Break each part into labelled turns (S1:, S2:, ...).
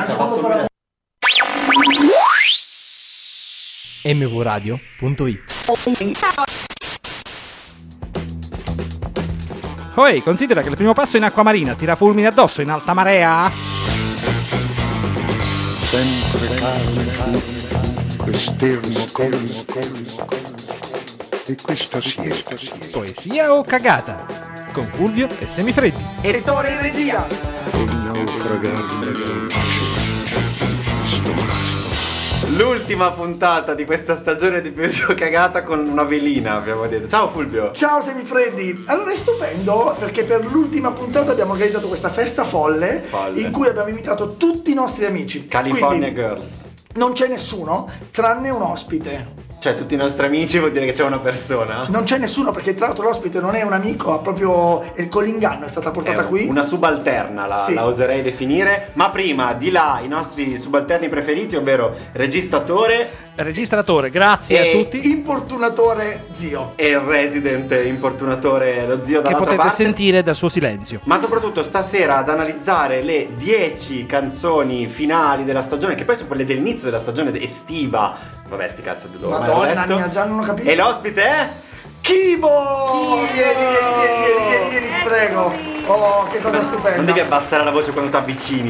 S1: mvradio.it.
S2: Poi considera che il primo passo in acqua marina tira fulmini addosso in alta marea.
S3: Sempre calmo, quest'ermo colmo, e questa siesta.
S2: Poesia o cagata? Con Fulvio e Semifreddi.
S4: E Tore in regia.
S3: E naufragare
S4: L'ultima puntata di questa stagione di Poesia o cagata con una velina, abbiamo detto. Ciao Fulvio.
S5: Ciao Semifreddi. Allora è stupendo perché per l'ultima puntata abbiamo organizzato questa festa folle. In cui abbiamo invitato tutti i nostri amici.
S4: California Girls.
S5: Non c'è nessuno tranne un ospite.
S4: Cioè tutti i nostri amici vuol dire che c'è una persona?
S5: Non c'è nessuno perché tra l'altro l'ospite non è un amico, ha proprio con l'inganno è stata portata qui.
S4: Una subalterna la oserei definire. Ma prima di là i nostri subalterni preferiti, ovvero
S2: registratore, grazie a tutti.
S5: Importunatore zio.
S4: E il resident importunatore, lo zio dall'altra
S2: che potete
S4: parte.
S2: sentire dal suo silenzio.
S4: Ma soprattutto stasera ad analizzare le 10 canzoni finali della stagione, che poi sono quelle dell'inizio della stagione estiva. Vabbè, sti cazzo di loro.
S5: Madonna mia, già non ho capito.
S4: E l'ospite è?
S5: Kibo! Vieni, ti prego. Oh, che cosa stupenda.
S4: Non devi abbassare la voce quando ti avvicini.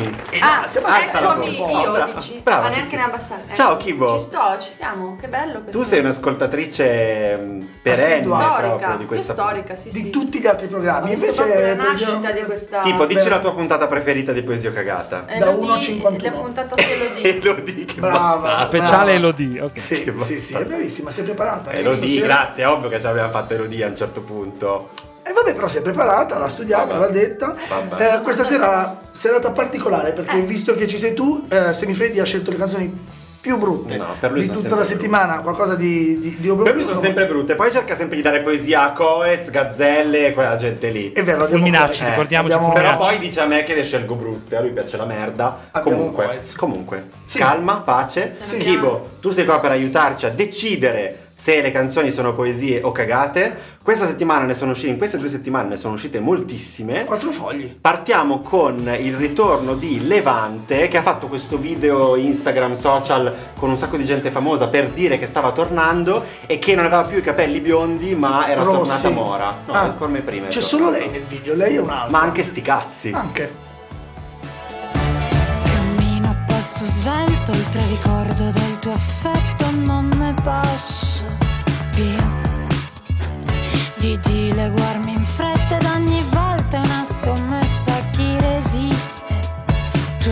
S6: Eccomi io, dici?
S4: Brava,
S6: Ma neanche ne abbassare.
S4: Ciao Kibo.
S6: Ci stiamo, che bello questo.
S4: Tu sei un'ascoltatrice perenne proprio di questa
S6: storica, sì.
S5: Di tutti gli altri programmi.
S6: Invece la nascita di questa.
S4: Tipo, dici la tua puntata preferita di Poesia o cagata.
S5: Da 1,51.
S6: La puntata su Elodie.
S4: Elodie, che
S5: brava.
S2: Speciale Elodie, ok.
S5: Sì, è bravissima, si è preparata.
S4: Elodie, grazie, è ovvio che già abbiamo fatto Elodie a un certo punto.
S5: E vabbè, però si è preparata, l'ha studiata, l'ha detta. Questa sera serata particolare perché visto che ci sei tu, Semifreddi ha scelto le canzoni più brutte di tutta la settimana, qualcosa di
S4: Per lui sono sempre brutte, poi cerca sempre di dare poesia a Coez, Gazzelle e quella gente lì.
S5: È vero,
S2: Fulminacci, ricordiamoci.
S4: Però poi dice a me che le scelgo brutte, a lui piace la merda. Comunque,
S5: sì.
S4: Calma, pace.
S5: Sì.
S4: Kibo, tu sei qua per aiutarci a decidere se le canzoni sono poesie o cagate. Questa settimana ne sono uscite, in queste 2 settimane ne sono uscite moltissime.
S5: 4 fogli.
S4: Partiamo con il ritorno di Levante, che ha fatto questo video Instagram, social, con un sacco di gente famosa per dire che stava tornando e che non aveva più i capelli biondi ma era
S5: Rossi.
S4: tornata mora. No, come prima.
S5: C'è solo lei nel video, lei è un'altra.
S4: Ma anche sti cazzi.
S5: Anche.
S7: Cammino a passo svelto, oltre il ricordo del tuo affetto non ne posso più di dileguarmi in fretta ed ogni volta è una scommessa a chi resiste. Tu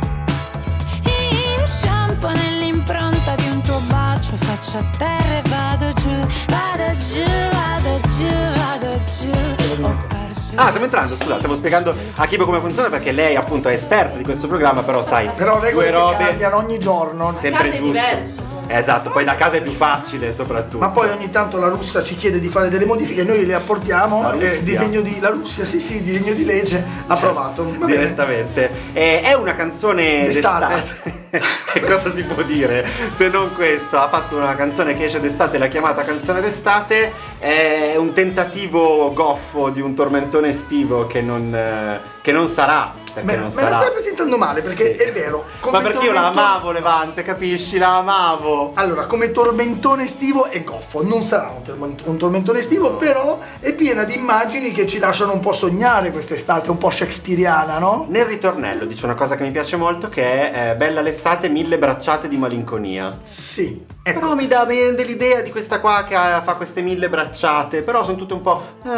S7: inciampo nell'impronta di un tuo bacio, faccio a terra e vado giù, vado giù, vado giù, vado giù. Ho perso.
S4: Stiamo entrando, scusate, stavo spiegando a Kibo come funziona perché lei appunto è esperta di questo programma, però sai,
S5: Però regole
S4: 2 robe
S5: che cambiano ogni giorno.
S4: sempre
S6: casa è
S4: giusto.
S6: diverso.
S4: Esatto, poi da casa è più facile soprattutto.
S5: Ma poi ogni tanto la Russia ci chiede di fare delle modifiche, noi le apportiamo.
S4: La Russia?
S5: La Russia, sì, disegno di legge approvato. Va bene.
S4: Direttamente. È una canzone
S5: D'estate.
S4: Che cosa si può dire se non questo? Ha fatto una canzone che esce d'estate, l'ha chiamata canzone d'estate. È un tentativo goffo di un tormentone estivo che non sarà. Perché non
S5: Me
S4: sarà.
S5: la stai presentando male perché
S4: Sì.
S5: è vero.
S4: Ma perché io la amavo Levante, capisci? La amavo.
S5: Allora, come tormentone estivo è goffo, non sarà un tormentone estivo, però è piena di immagini che ci lasciano un po' sognare quest'estate, un po' shakespeariana, no?
S4: Nel ritornello dice una cosa che mi piace molto, che è bella l'estate, 1000 bracciate di malinconia.
S5: Sì. Ecco.
S4: Però mi dà dell'idea di questa qua che fa queste 1000 bracciate, però sono tutte un po'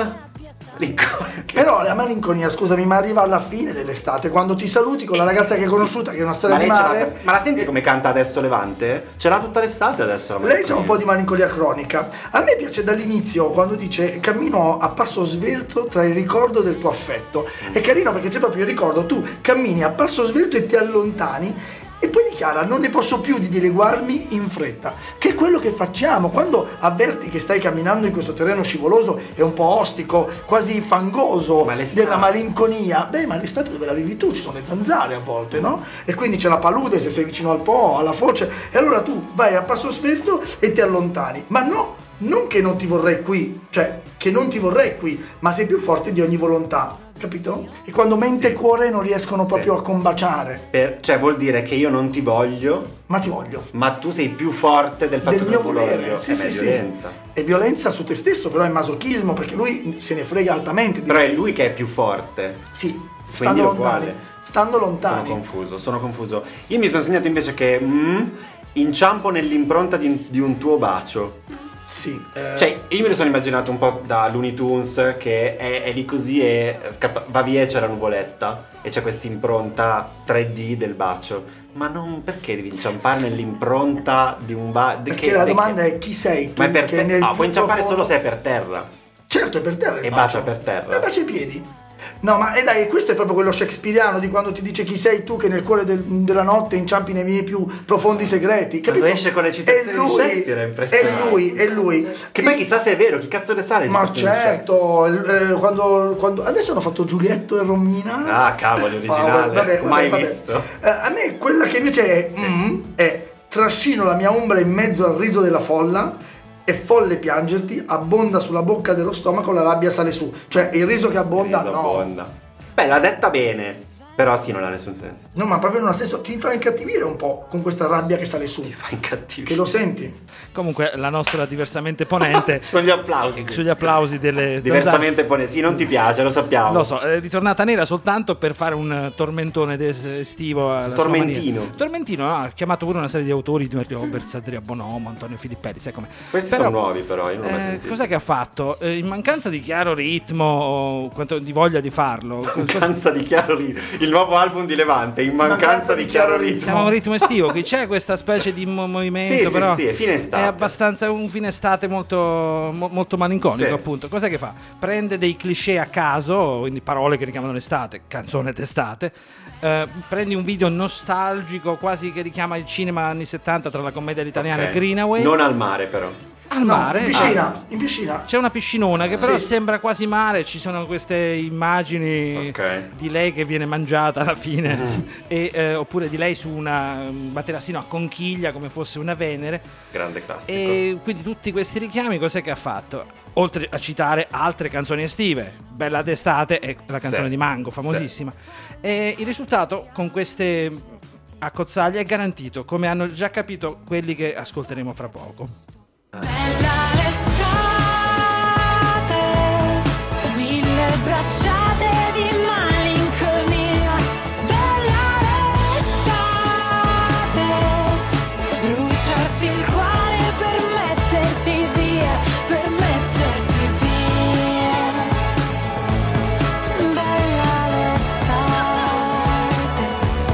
S5: Però la malinconia, scusami, ma arriva alla fine dell'estate, quando ti saluti con la ragazza che hai conosciuta, che è una storia di mare.
S4: Ma la senti come canta adesso Levante? Ce l'ha tutta l'estate adesso la
S5: Lei
S4: malinconia.
S5: c'ha un po' di malinconia cronica. A me piace dall'inizio quando dice cammino a passo svelto tra il ricordo del tuo affetto. È carino perché c'è proprio il ricordo, tu cammini a passo svelto e ti allontani. E poi dichiara non ne posso più di dileguarmi in fretta, che è quello che facciamo quando avverti che stai camminando in questo terreno scivoloso e un po' ostico, quasi fangoso della malinconia. Beh, ma l'estate dove la vivi tu ci sono le zanzare a volte, no? E quindi c'è la palude se sei vicino al Po, alla foce, e allora tu vai a passo svelto e ti allontani. Ma non che non ti vorrei qui, cioè che non ti vorrei qui, ma sei più forte di ogni volontà. capito? E quando mente e cuore non riescono proprio a combaciare.
S4: Cioè vuol dire che io non ti voglio,
S5: Ma ti voglio.
S4: ma tu sei più forte del fatto
S5: Del
S4: che
S5: mio
S4: non ti
S5: volere.
S4: voglio.
S5: Sì,
S4: È
S5: sì, sì.
S4: violenza.
S5: È violenza su te stesso, però è masochismo, perché lui se ne frega altamente.
S4: Però è lui che è più forte.
S5: Sì, stando
S4: lo
S5: lontani.
S4: vuole.
S5: Stando lontani.
S4: Sono confuso. Io mi sono segnato invece che inciampo nell'impronta di un tuo bacio.
S5: Sì.
S4: Cioè, io me lo sono immaginato un po' da Looney Tunes, che è lì così e va via e c'è la nuvoletta e c'è questa impronta 3D del bacio. Ma non perché devi inciampare nell'impronta di un bacio?
S5: Perché la domanda è chi sei tu?
S4: Ma è per
S5: che
S4: te?
S5: nel
S4: No, puoi
S5: più
S4: inciampare
S5: profondo-
S4: solo se è per terra.
S5: Certo, è per terra.
S4: E bacia per terra.
S5: E bacia i piedi. No, ma dai, questo è proprio quello shakespeariano di quando ti dice chi sei tu che nel cuore della notte inciampi nei miei più profondi segreti. Capito?
S4: Quando esce con le citazioni di Shakespeare è impressionante.
S5: È lui.
S4: Che poi chissà se è vero, chi cazzo ne sa le
S5: Ma
S4: citazioni di Shakespeare?
S5: certo, quando adesso hanno fatto Giulietto e Romina.
S4: Ah, cavolo, originale. Mai
S5: vabbè.
S4: visto.
S5: A me quella che invece è trascino la mia ombra in mezzo al riso della folla. È folle piangerti, abbonda sulla bocca dello stomaco, la rabbia sale su. Cioè il riso che abbonda,
S4: Riso
S5: no.
S4: abbonda. Beh, l'ha detta bene, però sì, non ha nessun senso.
S5: No, ma proprio non ha senso, ti fa incattivire un po' con questa rabbia che sale su.
S4: Fa incattivire.
S5: Che lo senti?
S2: Comunque la nostra diversamente ponente
S4: Sono gli applausi.
S2: sugli applausi delle
S4: Diversamente pone. Sì, non ti piace, lo sappiamo.
S2: Lo so, è ritornata nera soltanto per fare un tormentone estivo alla sua
S4: Tormentino.
S2: maniera. Tormentino, ha chiamato pure una serie di autori, Mario Roberts, Andrea Bonomo, Antonio Filippelli, sai com'è.
S4: Questi sono nuovi però, io non l'ho mai sentito.
S2: Cos'è che ha fatto? In mancanza di chiaro ritmo o di voglia di farlo.
S4: Mancanza di chiaro ritmo. Il nuovo album di Levante, in mancanza di chiaro ritmo.
S2: Siamo a un ritmo estivo, qui c'è questa specie di movimento,
S4: Sì,
S2: però
S4: sì, è fine estate.
S2: è abbastanza un fine estate molto malinconico,
S4: Sì.
S2: appunto. Cos'è che fa? Prende dei cliché a caso, quindi parole che richiamano l'estate, canzone d'estate, prendi un video nostalgico quasi che richiama il cinema anni 70 tra la commedia italiana
S4: Ok.
S2: e Greenaway.
S4: Non al mare però.
S2: al mare.
S5: In piscina.
S2: C'è una piscinona che però
S5: Sì.
S2: sembra quasi mare, ci sono queste immagini
S4: Ok.
S2: di lei che viene mangiata alla fine oppure di lei su un materassino a conchiglia come fosse una Venere,
S4: Grande classico.
S2: e quindi tutti questi richiami cos'è che ha fatto? Oltre a citare altre canzoni estive, Bella d'estate è la canzone
S4: Sì.
S2: di Mango, famosissima, e il risultato con queste accozzaglie è garantito, come hanno già capito quelli che ascolteremo fra poco.
S7: Bella l'estate, mille bracciate di malinconia. Bella l'estate, bruciarsi il cuore per metterti via, per metterti via. Bella l'estate.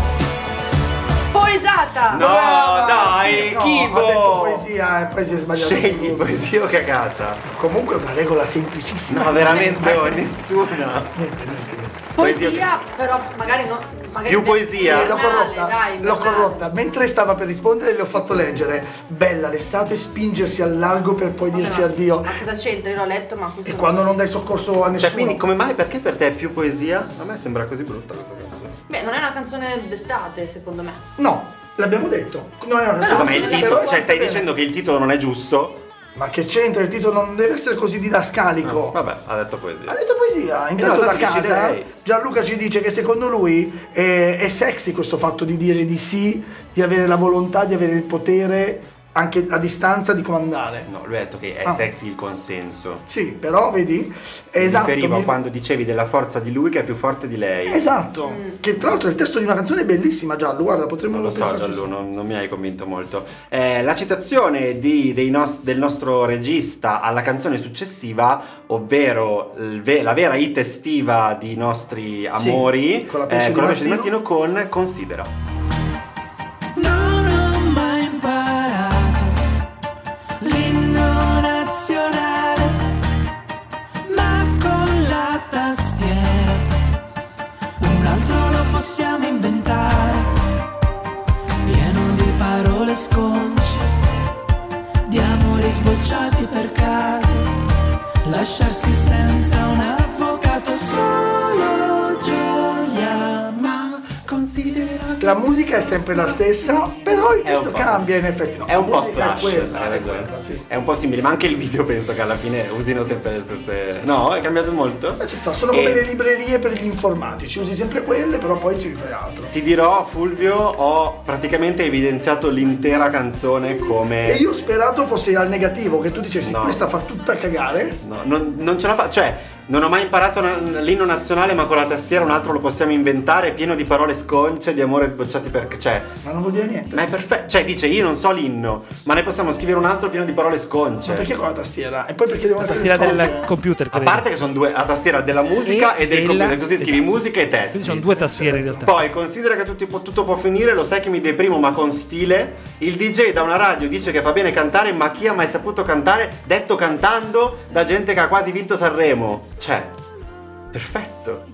S6: Poesata!
S4: No,
S5: Brava,
S4: dai,
S5: sì, no,
S4: Chibo!
S5: ha detto poesia e poi si è sbagliato.
S4: Scegli
S5: tutto.
S4: poesia o cagata?
S5: Comunque è una regola semplicissima.
S4: No, veramente nessuna.
S6: Poesia, però magari no. Magari
S4: Più poesia?
S5: Sì, l'ho corrotta,
S6: dai,
S5: l'ho
S6: banale.
S5: corrotta. Mentre stava per rispondere le ho fatto leggere Bella l'estate, spingersi al largo per poi dirsi
S6: Vabbè,
S5: addio.
S6: Ma cosa c'entra? Io l'ho letto, ma questo
S5: E quando non dai soccorso a nessuno.
S4: Cioè, quindi come mai? Perché per te è più poesia? A me sembra così brutta questa canzone.
S6: Beh, non è una canzone d'estate, secondo me.
S5: No, l'abbiamo detto. Non è una
S6: Però-
S4: Scusa, ma il
S6: Però-
S4: titolo,
S5: però-
S4: cioè stai dicendo che il titolo non è giusto?
S5: Ma che c'entra? Il titolo non deve essere così didascalico.
S4: Vabbè, ha detto
S5: Ha
S4: poesia.
S5: detto poesia. Intanto
S4: no,
S5: da
S4: tanto decide
S5: casa
S4: lei.
S5: Gianluca ci dice che secondo lui è sexy questo fatto di dire di sì, di avere la volontà, di avere il potere anche a distanza di comandare.
S4: No, lui ha detto che è
S5: Ah.
S4: sexy il consenso.
S5: Sì, però vedi? Esatto.
S4: Mi riferivo a
S5: mi-
S4: quando dicevi della forza di lui che è più forte di lei.
S5: Esatto. Che tra l'altro il testo di una canzone è bellissima, Giallo. Guarda, potremmo
S4: Non lo so,
S5: pensarci
S4: Gianlu,
S5: su.
S4: non mi hai convinto molto. La citazione del nostro regista alla canzone successiva, ovvero la vera hit estiva di nostri amori,
S5: con la pesce di
S4: Pesce di
S5: Martino.
S4: Martino con Considera.
S1: Non ho mai imparato l'inno nazionale, ma con la tastiera un altro lo possiamo inventare, pieno di parole sconce, di amori sbocciati per caso, lasciarsi senza un avvocato, solo gioia, ma con
S4: considera.
S5: La musica è sempre la stessa, però il testo
S4: un po'
S5: cambia in effetti. No,
S4: È un
S5: la
S4: po'
S5: musica
S4: splash,
S5: è quella,
S4: hai
S5: è
S4: ragione.
S5: quella, sì.
S4: È un po' simile, ma anche il video penso che alla fine usino sempre le stesse. No, è cambiato molto.
S5: Ci sta, sono come le librerie per gli informatici, usi sempre quelle, però poi ci rifai altro.
S4: Ti dirò, Fulvio, ho praticamente evidenziato l'intera canzone come.
S5: E io ho sperato fosse al negativo, che tu dicessi
S4: No.
S5: questa fa tutta cagare.
S4: No, non ce la fa. Cioè, non ho mai imparato l'inno nazionale, ma con la tastiera un altro lo possiamo inventare, pieno di parole sconce, di amore sbocciati perché. Cioè.
S5: Ma non vuol dire niente.
S4: Ma è perfetto. Cioè, dice io non so l'inno, ma ne possiamo scrivere un altro pieno di parole sconce.
S5: Ma perché con la tastiera? E poi perché devono
S2: La
S5: essere
S2: tastiera
S5: sconce?
S2: del computer,
S4: A
S2: credo.
S4: parte che sono due, la tastiera della musica e del
S2: della-
S4: computer, così scrivi
S2: esatto.
S4: musica e testi.
S2: Quindi sono due tastiere in realtà.
S4: Poi considera che tutto può finire, lo sai che mi deprimo ma con stile. Il DJ da una radio dice che fa bene cantare, ma chi ha mai saputo cantare, detto cantando, da gente che ha quasi vinto Sanremo. Cioè, perfetto.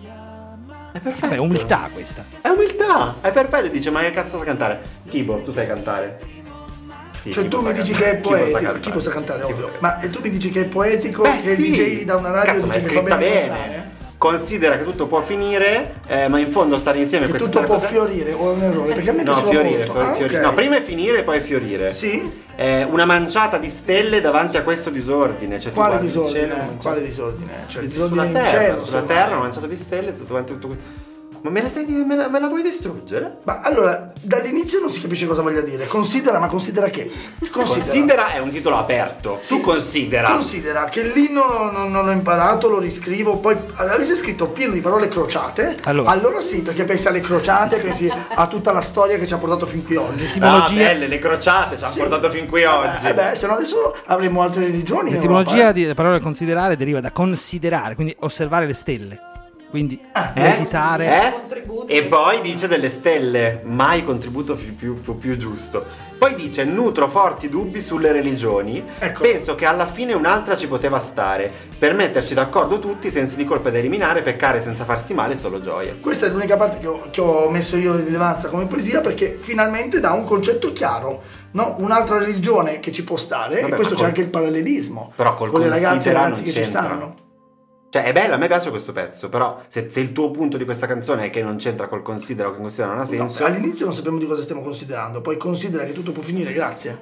S4: È perfetto.
S2: Vabbè, umiltà questa.
S4: È umiltà, è perfetto. E dice, ma che cazzo sa cantare? Kibo, tu sai cantare? Sì,
S5: Cioè
S4: Kibo
S5: tu mi
S4: sa
S5: dici
S4: cantare.
S5: che è
S4: Kibo sa
S5: poetico,
S4: cantare.
S5: chi può sa cantare,
S4: Kibo
S5: ovvio.
S4: sa cantare.
S5: Ma e tu mi dici che è poetico,
S4: Beh,
S5: che il
S4: sì.
S5: DJ da una radio
S4: Cazzo, ma è
S5: dice che fa
S4: scritta
S5: bene
S4: bene.
S5: cantare?
S4: Considera che tutto può finire, ma in fondo stare insieme
S5: Che
S4: queste
S5: tutto può
S4: cose-
S5: fiorire, o è un errore? Perché a me
S4: No,
S5: piaceva
S4: fiorire,
S5: molto. Ah,
S4: fiorire.
S5: ok.
S4: No, prima è finire e poi è fiorire.
S5: Sì?
S4: Una manciata di stelle davanti a questo disordine. Cioè, tu
S5: Quale
S4: guardi il cielo,
S5: disordine?
S4: una manciata-
S5: Quale disordine? Cioè il
S4: sulla
S5: disordine in
S4: terra,
S5: cielo.
S4: sulla
S5: insomma.
S4: terra, una manciata di stelle davanti a tutto questo. Ma me la vuoi distruggere?
S5: Ma allora, dall'inizio non si capisce cosa voglia dire. Considera, ma considera che?
S4: Considera è un titolo aperto.
S5: Sì.
S4: Tu considera.
S5: Considera che l'inno non l'ho imparato, lo riscrivo, poi avessi scritto pieno di parole crociate, allora sì, perché pensi alle crociate, pensi a tutta la storia che ci ha portato fin qui oggi.
S4: Ah, belle, le crociate ci hanno portato fin qui oggi.
S5: Beh, se no adesso avremo altre religioni. in
S2: L'etimologia
S5: Europa,
S2: di parola considerare deriva da considerare, quindi osservare le stelle. Quindi meditare.
S4: E poi dice delle stelle, mai contributo più giusto. Poi dice nutro forti dubbi sulle religioni.
S5: Ecco.
S4: Penso che alla fine un'altra ci poteva stare, per metterci d'accordo tutti, sensi di colpa da eliminare, peccare senza farsi male, solo gioia.
S5: Questa è l'unica parte che ho messo io in rilevanza come poesia, perché finalmente dà un concetto chiaro, no? Un'altra religione che ci può stare.
S4: Vabbè,
S5: e questo
S4: ma
S5: c'è
S4: col-
S5: anche il parallelismo
S4: Però col
S5: con le ragazze e i
S4: considera
S5: ragazzi
S4: non
S5: che ci
S4: c'entra.
S5: stanno.
S4: Cioè è bella, a me piace questo pezzo, però se il tuo punto di questa canzone è che non c'entra col considera o che considera non ha senso.
S5: No, all'inizio non sappiamo di cosa stiamo considerando, poi considera che tutto può finire, grazie.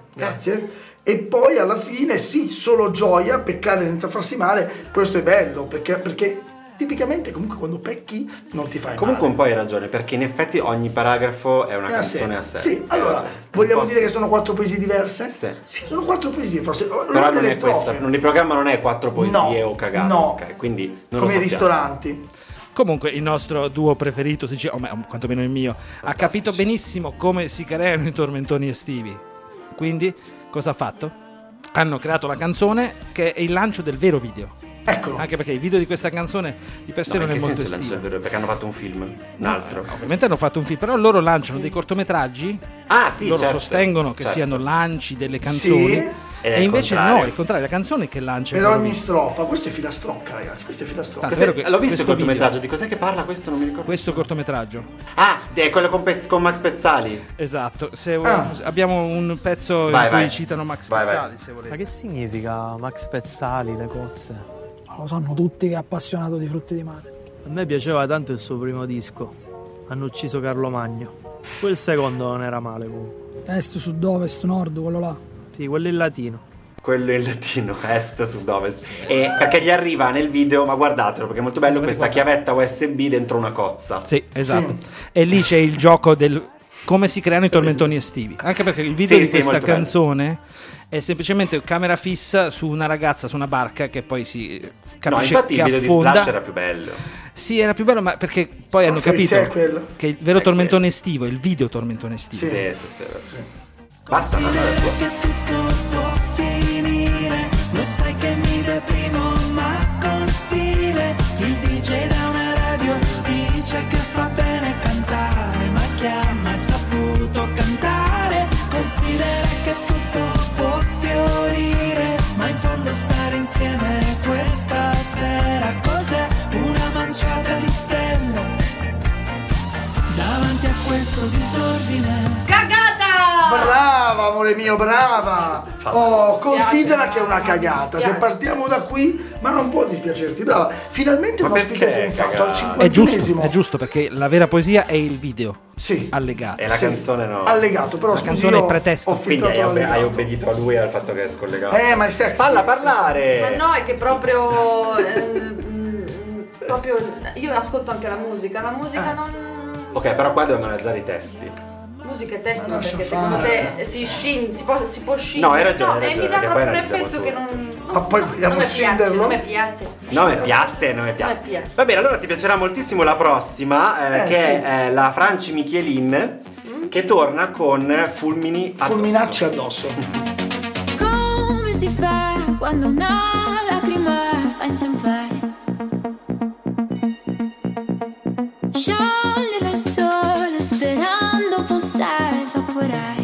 S5: E poi alla fine sì, solo gioia, peccare senza farsi male, questo è bello, perché tipicamente comunque quando pecchi non ti fai
S4: Comunque
S5: male.
S4: un po' hai ragione, perché in effetti ogni paragrafo è una canzone a sé.
S5: Sì,
S4: Hai
S5: allora,
S4: ragione.
S5: vogliamo
S4: Un po'
S5: dire che
S4: sì.
S5: sono 4 poesie diverse?
S4: Sì.
S5: Sono 4 poesie, forse.
S4: Però
S5: L'una
S4: non
S5: delle
S4: è questa,
S5: strofe.
S4: il programma non è 4 poesie
S5: No,
S4: o cagate,
S5: no.
S4: ok? Quindi non
S5: Come
S4: lo
S5: i
S4: sappiamo.
S5: ristoranti.
S2: Comunque il nostro duo preferito, o quantomeno il mio, ha capito benissimo come si creano i tormentoni estivi. Quindi cosa ha fatto? Hanno creato la canzone che è il lancio del vero video.
S5: Eccolo.
S2: Anche perché il video di questa canzone di per sé
S4: No,
S2: non
S4: in
S2: è
S4: che
S2: molto
S4: senso
S2: estivo.
S4: perché hanno fatto un film, un altro.
S2: Ovviamente hanno fatto un film, però loro lanciano dei cortometraggi.
S4: Ah, sì,
S2: loro
S4: certo,
S2: sostengono che
S4: certo.
S2: siano lanci delle canzoni.
S5: Sì.
S2: E invece no, è il contrario, la canzone che lancia il
S5: Per
S2: loro
S5: ogni
S2: video.
S5: strofa, questo è filastrocca, ragazzi, questo è filastrocca.
S2: Tanto è vero che
S4: L'ho visto il
S2: questo
S4: cortometraggio,
S2: video-
S4: di cos'è che parla questo? Non mi ricordo.
S2: Questo cortometraggio.
S4: Ah, è quello con Max Pezzali.
S2: Esatto, se
S5: Ah.
S2: abbiamo un pezzo
S4: Vai,
S2: in cui
S4: vai.
S2: citano Max
S4: Vai, vai.
S2: Pezzali, se volete.
S8: Ma che significa Max Pezzali, le cozze?
S9: Lo sanno tutti che è appassionato di frutti di mare.
S8: A me piaceva tanto il suo primo disco. Hanno ucciso Carlo Magno. Quel secondo non era male comunque.
S9: Est, sud, ovest, nord, quello là.
S8: Sì, quello in latino.
S4: Quello in latino, est, sud, ovest. E perché gli arriva nel video, ma guardatelo perché è molto bello, questa chiavetta USB dentro una cozza.
S2: Sì, esatto. E lì c'è il gioco del come si creano i tormentoni estivi. Anche perché il video
S4: Sì,
S2: di
S4: sì,
S2: questa
S4: molto bello.
S2: canzone è semplicemente camera fissa su una ragazza su una barca che poi si
S4: No,
S2: capisce
S4: infatti il
S2: che
S4: video di
S2: affonda.
S4: Splash era più bello.
S2: Sì, era più bello, ma perché poi hanno
S5: sì,
S2: capito
S5: sì, è quello.
S2: che il vero
S4: È
S2: tormentone estivo è il video tormentone estivo.
S4: Sì. Basta, non è la tua.
S1: Che tutto può finire, lo sai che mi deprimo ma con stile. Il DJ da una radio dice che fa bene cantare, ma chi ha mai saputo cantare? Considera che tutto può fiorire, ma in fondo stare insieme questa sera cos'è? Una manciata di stelle davanti a questo disordine.
S6: Cagata!
S5: Brava, amore mio, brava. Oh, considera che è una cagata. Se partiamo da qui, ma non può dispiacerti. Brava, finalmente un ospite sensato al 51esimo.
S2: È giusto perché la vera poesia è il video.
S5: Sì.
S2: Allegato.
S4: E la canzone no.
S5: Allegato, però
S2: la canzone è pretesto.
S4: Quindi hai obbedito a lui e al fatto che è scollegato.
S5: Ma è sexy.
S4: Falla parlare.
S6: Ma no, è che proprio io ascolto anche la musica non.
S4: Ok, però qua dobbiamo analizzare i testi.
S6: Musica e testi,
S5: Ma
S6: perché
S5: lascia
S6: secondo
S5: fare.
S6: te si può scindere?
S4: No, hai ragione,
S6: No,
S4: hai
S6: e mi
S4: ragione,
S6: dà
S4: che
S6: proprio
S4: poi
S6: un
S4: analizziamo
S6: effetto che
S4: tutto.
S6: non.
S5: Ma poi vogliamo
S6: non mi piace,
S5: scinderlo?
S6: non mi piace.
S4: Non mi piace. Va bene, allora ti piacerà moltissimo la prossima, che è la Franci Michelin, che torna con
S5: Fulminacci addosso.
S7: Come si fa quando una lacrima fa inciampare? Scioglie la sole sperando possa evaporare.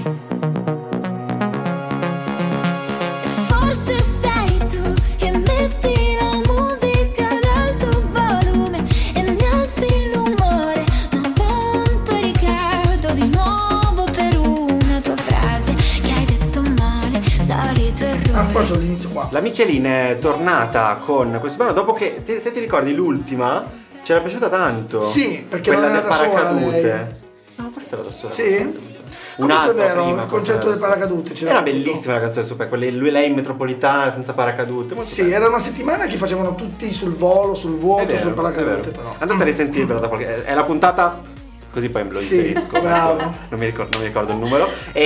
S7: E forse sei tu che metti la musica ad alto volume e mi alzi l'umore, ma tanto ricado di nuovo per una tua frase che hai detto male, solito errore.
S5: Poi c'ho l'inizio qua.
S4: La Michelin è tornata con questo brano dopo che, se ti ricordi, l'ultima c'era piaciuta tanto.
S5: Sì, perché
S4: quella
S5: non era
S4: del
S5: da sola
S4: paracadute.
S5: lei.
S4: No, forse era da sola.
S5: Sì?
S4: Un'altra
S5: Comunque è vero,
S4: prima,
S5: il
S4: forse
S5: concetto
S4: era
S5: del
S4: da sola.
S5: paracadute c'era
S4: Era
S5: tutto.
S4: bellissima la canzone super, lei in metropolitana senza paracadute. Molto
S5: Sì,
S4: bella.
S5: era una settimana che facevano tutti sul volo, sul vuoto,
S4: È vero,
S5: sul
S4: è
S5: paracadute
S4: vero.
S5: però.
S4: Andate a risentirvela da qualche. È la puntata. Così poi me lo
S5: Sì,
S4: inserisco.
S5: bravo.
S4: Non mi ricordo il numero.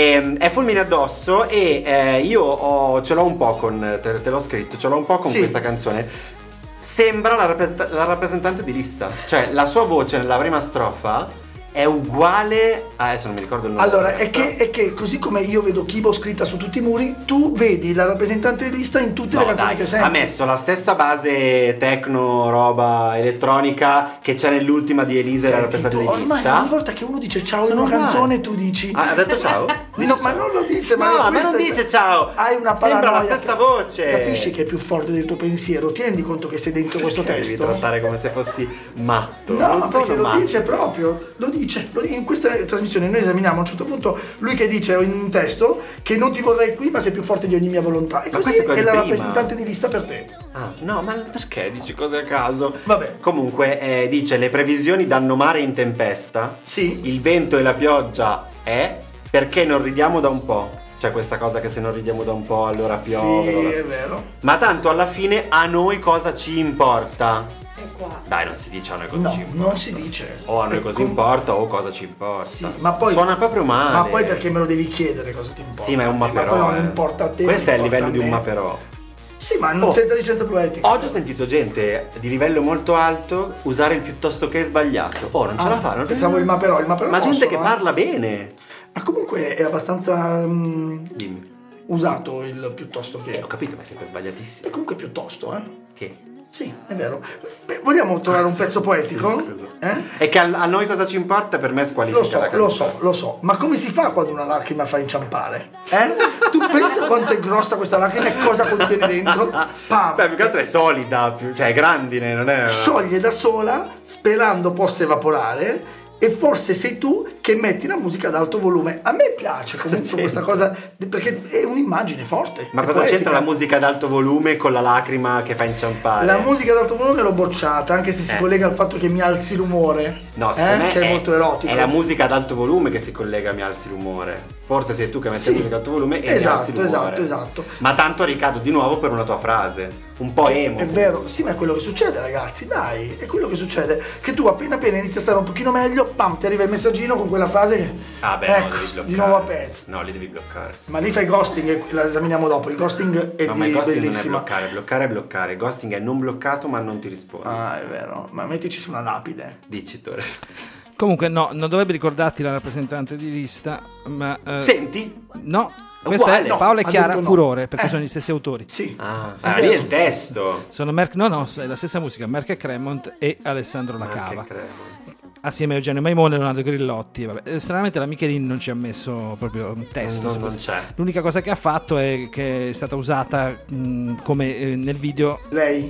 S4: È Fulmine addosso. E io ce l'ho un po' con. Te l'ho scritto, ce l'ho un po' con
S5: Sì.
S4: questa canzone. Sembra la rappresentante di Lista. Cioè, la sua voce nella prima strofa è uguale. Adesso non mi ricordo il nome.
S5: Allora, è che così come io vedo Kibo scritta su tutti i muri, tu vedi la rappresentante di lista in tutte le
S4: No,
S5: canzoni
S4: dai,
S5: che senti.
S4: ha messo la stessa base techno, roba elettronica che c'è nell'ultima di Elisa e la
S5: Senti,
S4: rappresentante
S5: tu,
S4: di
S5: ormai
S4: Lista.
S5: ogni volta che uno dice ciao in
S4: Sono
S5: una
S4: uguali.
S5: canzone tu dici
S4: Ah, ha detto ciao?
S5: No, ma non lo dice,
S4: No, ma
S5: questa
S4: non
S5: è-
S4: dice ciao.
S5: Hai una
S4: Sembra la
S5: paranoia,
S4: stessa voce.
S5: Capisci che è più forte del tuo pensiero, ti rendi conto che sei dentro questo
S4: Devi
S5: testo?
S4: trattare come se fossi matto.
S5: No,
S4: non
S5: ma
S4: sono
S5: perché lo
S4: matto.
S5: dice proprio, lo dice. In questa trasmissione noi esaminiamo a un certo punto lui che dice in un testo che non ti vorrei qui ma sei più forte di ogni mia volontà. E
S4: Ma
S5: così
S4: questa è quella
S5: è la
S4: di prima.
S5: rappresentante di lista per te.
S4: Ah, no, ma perché dici cose a caso?
S5: Vabbè.
S4: Comunque dice le previsioni danno mare in tempesta.
S5: Sì.
S4: Il vento e la pioggia è perché non ridiamo da un po'. C'è questa cosa che se non ridiamo da un po' allora piove.
S5: Sì,
S4: allora-
S5: è vero.
S4: Ma tanto alla fine a noi cosa ci importa?
S6: È qua.
S4: Dai, non si dice a noi cosa
S5: No,
S4: ci importa.
S5: non si dice.
S4: O a noi
S5: E
S4: cosa
S5: com-
S4: importa o cosa ci importa.
S5: Sì, ma poi
S4: suona proprio male.
S5: Ma poi perché me lo devi chiedere cosa ti importa?
S4: Sì, ma è un
S5: Ma
S4: maperò.
S5: poi non importa a te.
S4: Questo è il
S5: non importa
S4: livello
S5: a
S4: di un
S5: me.
S4: maperò.
S5: Sì, ma non senza licenza poetica.
S4: Oggi ho sentito gente di livello molto alto usare il piuttosto che sbagliato. Oh, non ce la fa. Non
S5: Pensavo il maperò
S4: Ma gente
S5: possono,
S4: che parla bene.
S5: Ma comunque è abbastanza
S4: Dimmi.
S5: usato il piuttosto che.
S4: Ho capito, ma è sempre sbagliatissimo.
S5: E comunque piuttosto,
S4: Che?
S5: Sì, è vero. Beh, vogliamo trovare un pezzo poetico?
S4: Sì, scusa.
S5: Eh?
S4: E che a noi cosa ci importa per me squalifica la canzone.
S5: Lo so. Ma come si fa quando una lacrima fa inciampare? Tu pensa quanto è grossa questa lacrima e cosa contiene dentro? Pam!
S4: Beh, più che altro è solida, cioè è grandine, non è.
S5: Scioglie da sola sperando possa evaporare. E forse sei tu che metti la musica ad alto volume. A me piace comunque
S4: c'entra?
S5: questa cosa perché è un'immagine forte.
S4: Ma
S5: è
S4: cosa
S5: poetica.
S4: c'entra la musica ad alto volume con la lacrima che fa inciampare?
S5: La musica ad alto volume l'ho bocciata, anche se si collega al fatto che mi alzi l'umore.
S4: No, secondo me
S5: che è molto erotico.
S4: È la musica ad alto volume che si collega a mi alzi l'umore. Forse sei tu che metti
S5: Sì.
S4: la musica ad alto volume e mi
S5: Esatto,
S4: alzi l'umore.
S5: esatto.
S4: Ma tanto ricado di nuovo per una tua frase. Un po' emo.
S5: È vero, sì, ma è quello che succede, ragazzi, dai, è quello che succede. Che tu appena inizi a stare un pochino meglio, pam, ti arriva il messaggino con quella frase che.
S4: Ah beh,
S5: ecco,
S4: no, devi bloccare.
S5: di nuovo a pezzo.
S4: No, li devi bloccare.
S5: Ma lì fai ghosting e la esaminiamo dopo. Il ghosting è
S4: No, ma il ghosting
S5: bellissimo.
S4: non è bloccare, bloccare è bloccare. Il ghosting è non bloccato ma non ti risponde.
S5: Ah, è vero, ma mettici su una lapide.
S4: Dici, Tore.
S2: Comunque no, non dovrebbe ricordarti la rappresentante di lista, ma
S4: Senti?
S2: no, questa
S4: Uguale.
S2: è
S5: No,
S2: Paola e
S5: ha
S2: Chiara
S5: detto no.
S2: Furore, perché sono gli stessi autori.
S5: Sì.
S4: Ah, lì è il testo.
S2: Sono no, è la stessa musica, Merck e Cremont e Alessandro Lacava.
S4: Che cremo.
S2: Assieme a Eugenio Maimone e Leonardo Grillotti. Vabbè. Stranamente la Michelin non ci ha messo proprio un testo. su
S4: Non
S2: questo.
S4: c'è.
S2: L'unica cosa che ha fatto è che è stata usata come nel video
S5: Lei?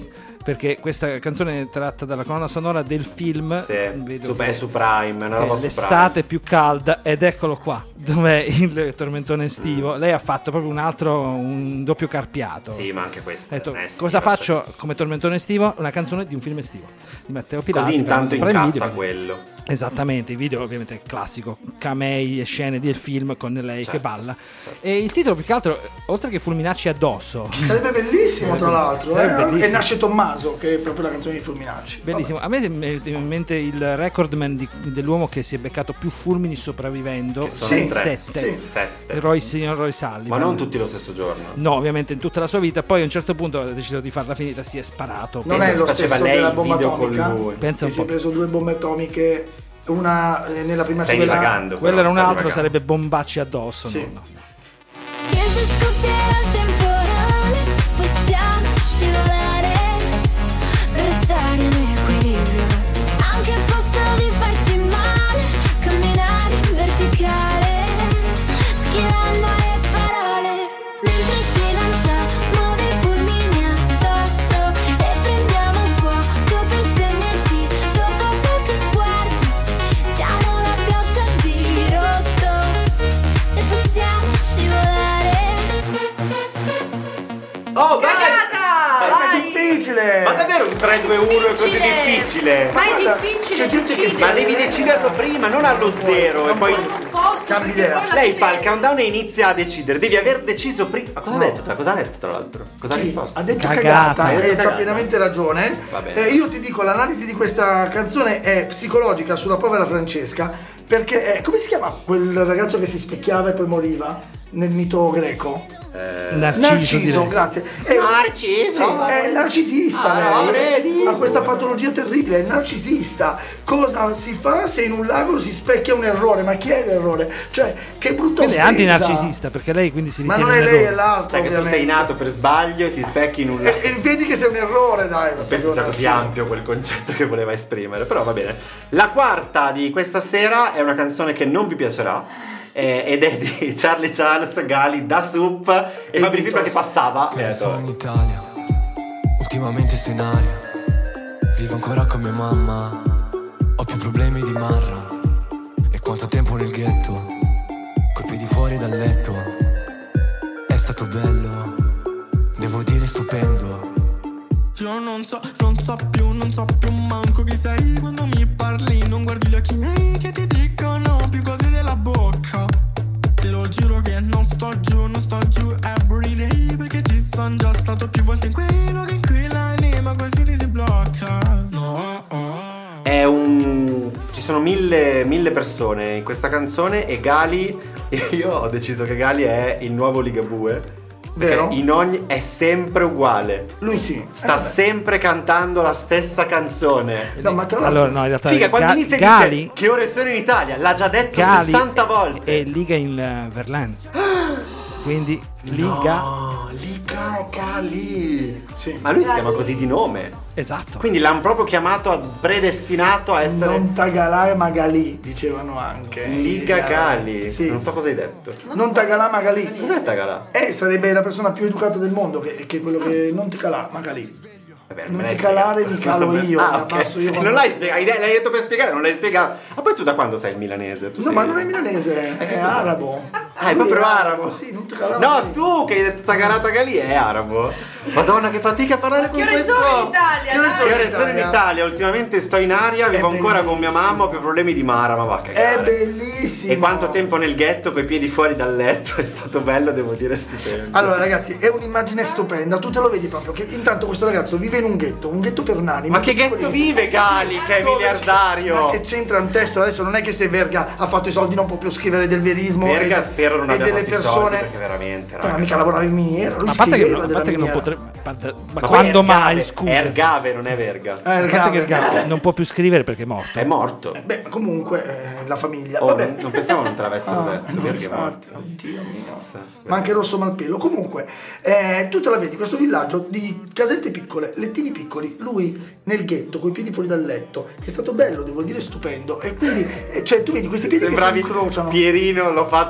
S2: perché questa canzone è tratta dalla colonna sonora del film
S4: è su Prime, è una roba su
S2: l'estate più calda, ed eccolo qua dov'è il tormentone estivo. Lei ha fatto proprio un doppio carpiato.
S4: Sì, ma anche questo
S2: ha detto, cosa faccio come tormentone estivo? Una canzone di un film estivo di Matteo Pilati,
S4: così intanto incassa
S2: video,
S4: quello.
S2: Esattamente, il video ovviamente classico, camei e scene del film con lei che balla. E il titolo più che altro, oltre che Fulminacci addosso,
S5: sarebbe bellissimo tra l'altro,
S2: bellissimo.
S5: E Nasce Tommaso, che è proprio la canzone di Fulminacci.
S2: Bellissimo. A me mi viene in mente il recordman dell'uomo che si è beccato più fulmini sopravvivendo,
S4: sono
S2: 7. Signor Roy Sullivan.
S4: Ma non tutti lo stesso giorno.
S2: No, ovviamente in tutta la sua vita. Poi a un certo punto ha deciso di farla finita, si è sparato.
S5: Non è lo stesso
S4: lei
S5: della bomba
S4: video
S5: atomica,
S4: con lui.
S2: Pensa
S5: che
S2: un
S5: si è
S2: po'.
S5: preso 2 bombe atomiche, una nella prima
S4: Stai
S5: cella.
S4: divagando,
S2: Quello
S4: però,
S2: era un
S4: stai
S2: altro,
S4: divagando.
S2: sarebbe bombacci addosso.
S5: Sì.
S2: No.
S7: Che se scoppierà il temporale possiamo scivolare, restare in equilibrio, anche a costo di farci male, camminare in verticale, schivando le parole, mentre ci lanciamo dei fulmini addosso e prendiamo fuoco per spegnerci dopo qualche sguardo, siamo la pioggia dirotto e possiamo scivolare.
S4: Oh, vai!
S5: È difficile!
S4: Ma davvero un 3-2-1 è così difficile?
S6: Ma è
S5: Guarda,
S6: difficile
S5: c'è gente che
S6: decidere.
S4: Ma devi deciderlo prima, non allo zero e poi
S6: Non posso,
S5: Cambi
S6: perché
S5: idea.
S6: poi alla
S4: lei
S6: fine-
S4: fa il countdown e inizia a decidere. Devi aver deciso prima. Ma cosa ha detto? Cosa ha detto tra l'altro? Cosa ha
S5: Sì,
S4: risposto?
S5: ha detto
S2: Cagata.
S5: cagata
S4: Ha detto
S5: e c'ha
S4: cagata.
S5: pienamente ragione.
S4: Va bene.
S5: Io ti dico, l'analisi di questa canzone è psicologica sulla povera Francesca, perché come si chiama quel ragazzo che si specchiava e poi moriva nel mito greco?
S2: Narciso, direi.
S5: Grazie.
S4: Narciso.
S5: È narcisista, lei
S4: vedi?
S5: ha questa patologia terribile, è narcisista. Cosa si fa se in un lago si specchia un errore? Ma chi è l'errore? Cioè, che brutta
S2: Quindi è
S5: offesa.
S2: antinarcisista, perché lei quindi si
S5: Ma
S2: ritiene
S5: non è
S2: un
S5: lei, è
S2: errore.
S5: l'altro,
S4: Sai che tu
S5: ovviamente.
S4: sei nato per sbaglio e ti specchi in un
S5: E vedi che sei un errore, dai.
S4: Penso sia così ampio quel concetto che voleva esprimere, però va bene. La quarta di questa sera è una canzone che non vi piacerà. Ed è di Charlie Charles, Gali, Da Soup e Fabri Fibra che passava. E ha detto,
S10: Sono in Italia, ultimamente sto in aria. Vivo ancora con mia mamma, ho più problemi di Marra. E quanto tempo nel ghetto, coi piedi fuori dal letto. È stato bello, devo dire stupendo. Io non so più manco chi sei quando mi parli. Non guardi gli occhi miei che ti dicono più cose della bocca. Te lo giuro che non sto giù everyday, perché ci sono già stato più volte in quei luoghi in cui l'anima quasi ti si blocca. No,
S4: è un... Ci sono mille persone in questa canzone e Gali, io ho deciso che Gali è il nuovo Ligabue.
S5: Vero?
S4: In ogni è sempre uguale.
S5: Lui sì.
S4: Sta sempre cantando la stessa canzone.
S5: No, ma tra l'altro
S2: Allora, no, in realtà
S4: Figa, quando inizia e
S2: Gali,
S4: dice che ore sono in Italia, l'ha già detto
S2: Gali
S4: 60 volte.
S2: è Liga in Verlaine. Quindi Liga.
S4: No, Liga Gali.
S5: sì.
S4: Ma lui si chiama così di nome.
S2: Esatto.
S4: Quindi l'hanno proprio chiamato predestinato a essere
S5: Non tagalà Magalì, dicevano anche.
S4: Liga Gali.
S5: Sì.
S4: Non so cosa hai detto.
S5: Non tagalà Magalì.
S4: Cos'è Tagalà?
S5: Sarebbe la persona più educata del mondo, che è quello che non ti calà Magalì.
S4: Vabbè,
S5: Non
S4: me
S5: ti
S4: l'hai
S5: calare,
S4: spiegato.
S5: mi calo io,
S4: Ah,
S5: la
S4: ok.
S5: passo io.
S4: Non l'hai spiegato, l'hai detto per spiegare, non l'hai spiegato. Ma poi tu da quando sei il milanese? Tu
S5: No,
S4: sei...
S5: ma non è milanese, è arabo.
S4: Ah, è
S5: Lui
S4: proprio arabo.
S5: Sì, non ti calà
S4: No,
S5: Magalì.
S4: tu che hai detto Tagalà Tagalì è arabo. Madonna, che fatica a parlare con
S6: Che ore
S4: questo.
S6: sono in Italia?
S5: Che ore
S6: dai?
S5: sono
S4: Che ore sono in Italia? Ultimamente sto in aria, vivo ancora con mia mamma, ho più problemi di Mara, ma va a
S5: È
S4: cagare.
S5: bellissimo.
S4: E quanto tempo nel ghetto coi piedi fuori dal letto, è stato bello, devo dire, stupendo.
S5: Allora ragazzi, è un'immagine stupenda, tu te lo vedi proprio, che intanto questo ragazzo vive in un ghetto per nani.
S4: Ma che ghetto vive Gali, che è miliardario?
S5: Ma che c'entra un testo? Adesso non è che se Verga ha fatto i soldi non può più scrivere del verismo.
S4: Verga
S5: e-
S4: spero non
S5: e
S4: abbia
S5: delle
S4: fatto i soldi,
S5: persone.
S4: perché veramente,
S5: Ma
S4: raga.
S5: mica lavorava in miniera, lui
S2: Ma a parte che,
S5: scriveva
S2: a
S5: della
S2: parte che non
S5: miniera.
S2: potrebbe. Ma
S4: poi
S2: quando
S4: Ergave,
S2: mai, scusa?
S4: È Ergave, non è Verga.
S2: A parte che
S5: Ergave.
S2: non può più scrivere perché è morto.
S4: È morto.
S5: Beh, comunque la famiglia.
S4: Oh,
S5: Vabbè.
S4: non pensavo non te l'avessero
S5: Ah,
S4: detto,
S5: no,
S4: perché è
S5: infatti,
S4: morto.
S5: oddio mio. Ma anche Rosso Malpelo. Comunque, tu te la vedi, questo villaggio di casette piccole, lettini piccoli, lui nel ghetto, coi piedi fuori dal letto, che è stato bello, devo dire stupendo. E quindi, cioè, tu vedi questi piedi
S4: Sembravi
S5: che si incrociano.
S4: Pierino, l'ho fatta nel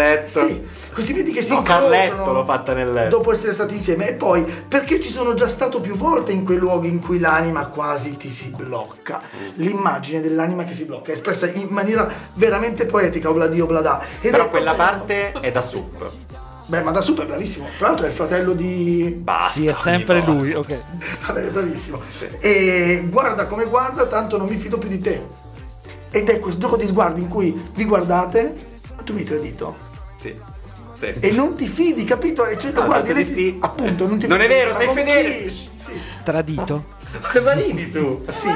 S4: letto.
S5: Sì, questi piedi che si
S4: No,
S5: incrociano
S4: Carletto l'ho fatta nel letto.
S5: dopo essere stati insieme. E poi perché ci sono già stato più volte in quei luoghi in cui l'anima quasi ti si blocca. L'immagine dell'anima che si blocca è espressa in maniera veramente poetica, obladi oblada.
S4: Però quella parte è da Sup.
S5: Beh, ma da Sup è bravissimo. Tra l'altro è il fratello di...
S4: Basta.
S2: Sì, è sempre
S4: Nicola.
S2: lui, ok.
S5: Vabbè, è bravissimo. E guarda come guarda, tanto non mi fido più di te. Ed è questo gioco di sguardi in cui vi guardate, ma tu mi hai tradito.
S4: Sì.
S5: E non ti fidi, capito? E cioè, lo guardi
S4: di
S5: e
S4: sì.
S5: Appunto, non ti
S4: Non
S5: fidi.
S4: è vero,
S5: Ma
S4: sei
S5: come
S4: fedele.
S5: chi? Sì.
S2: Tradito?
S4: Cosa ridi tu?
S5: Sì.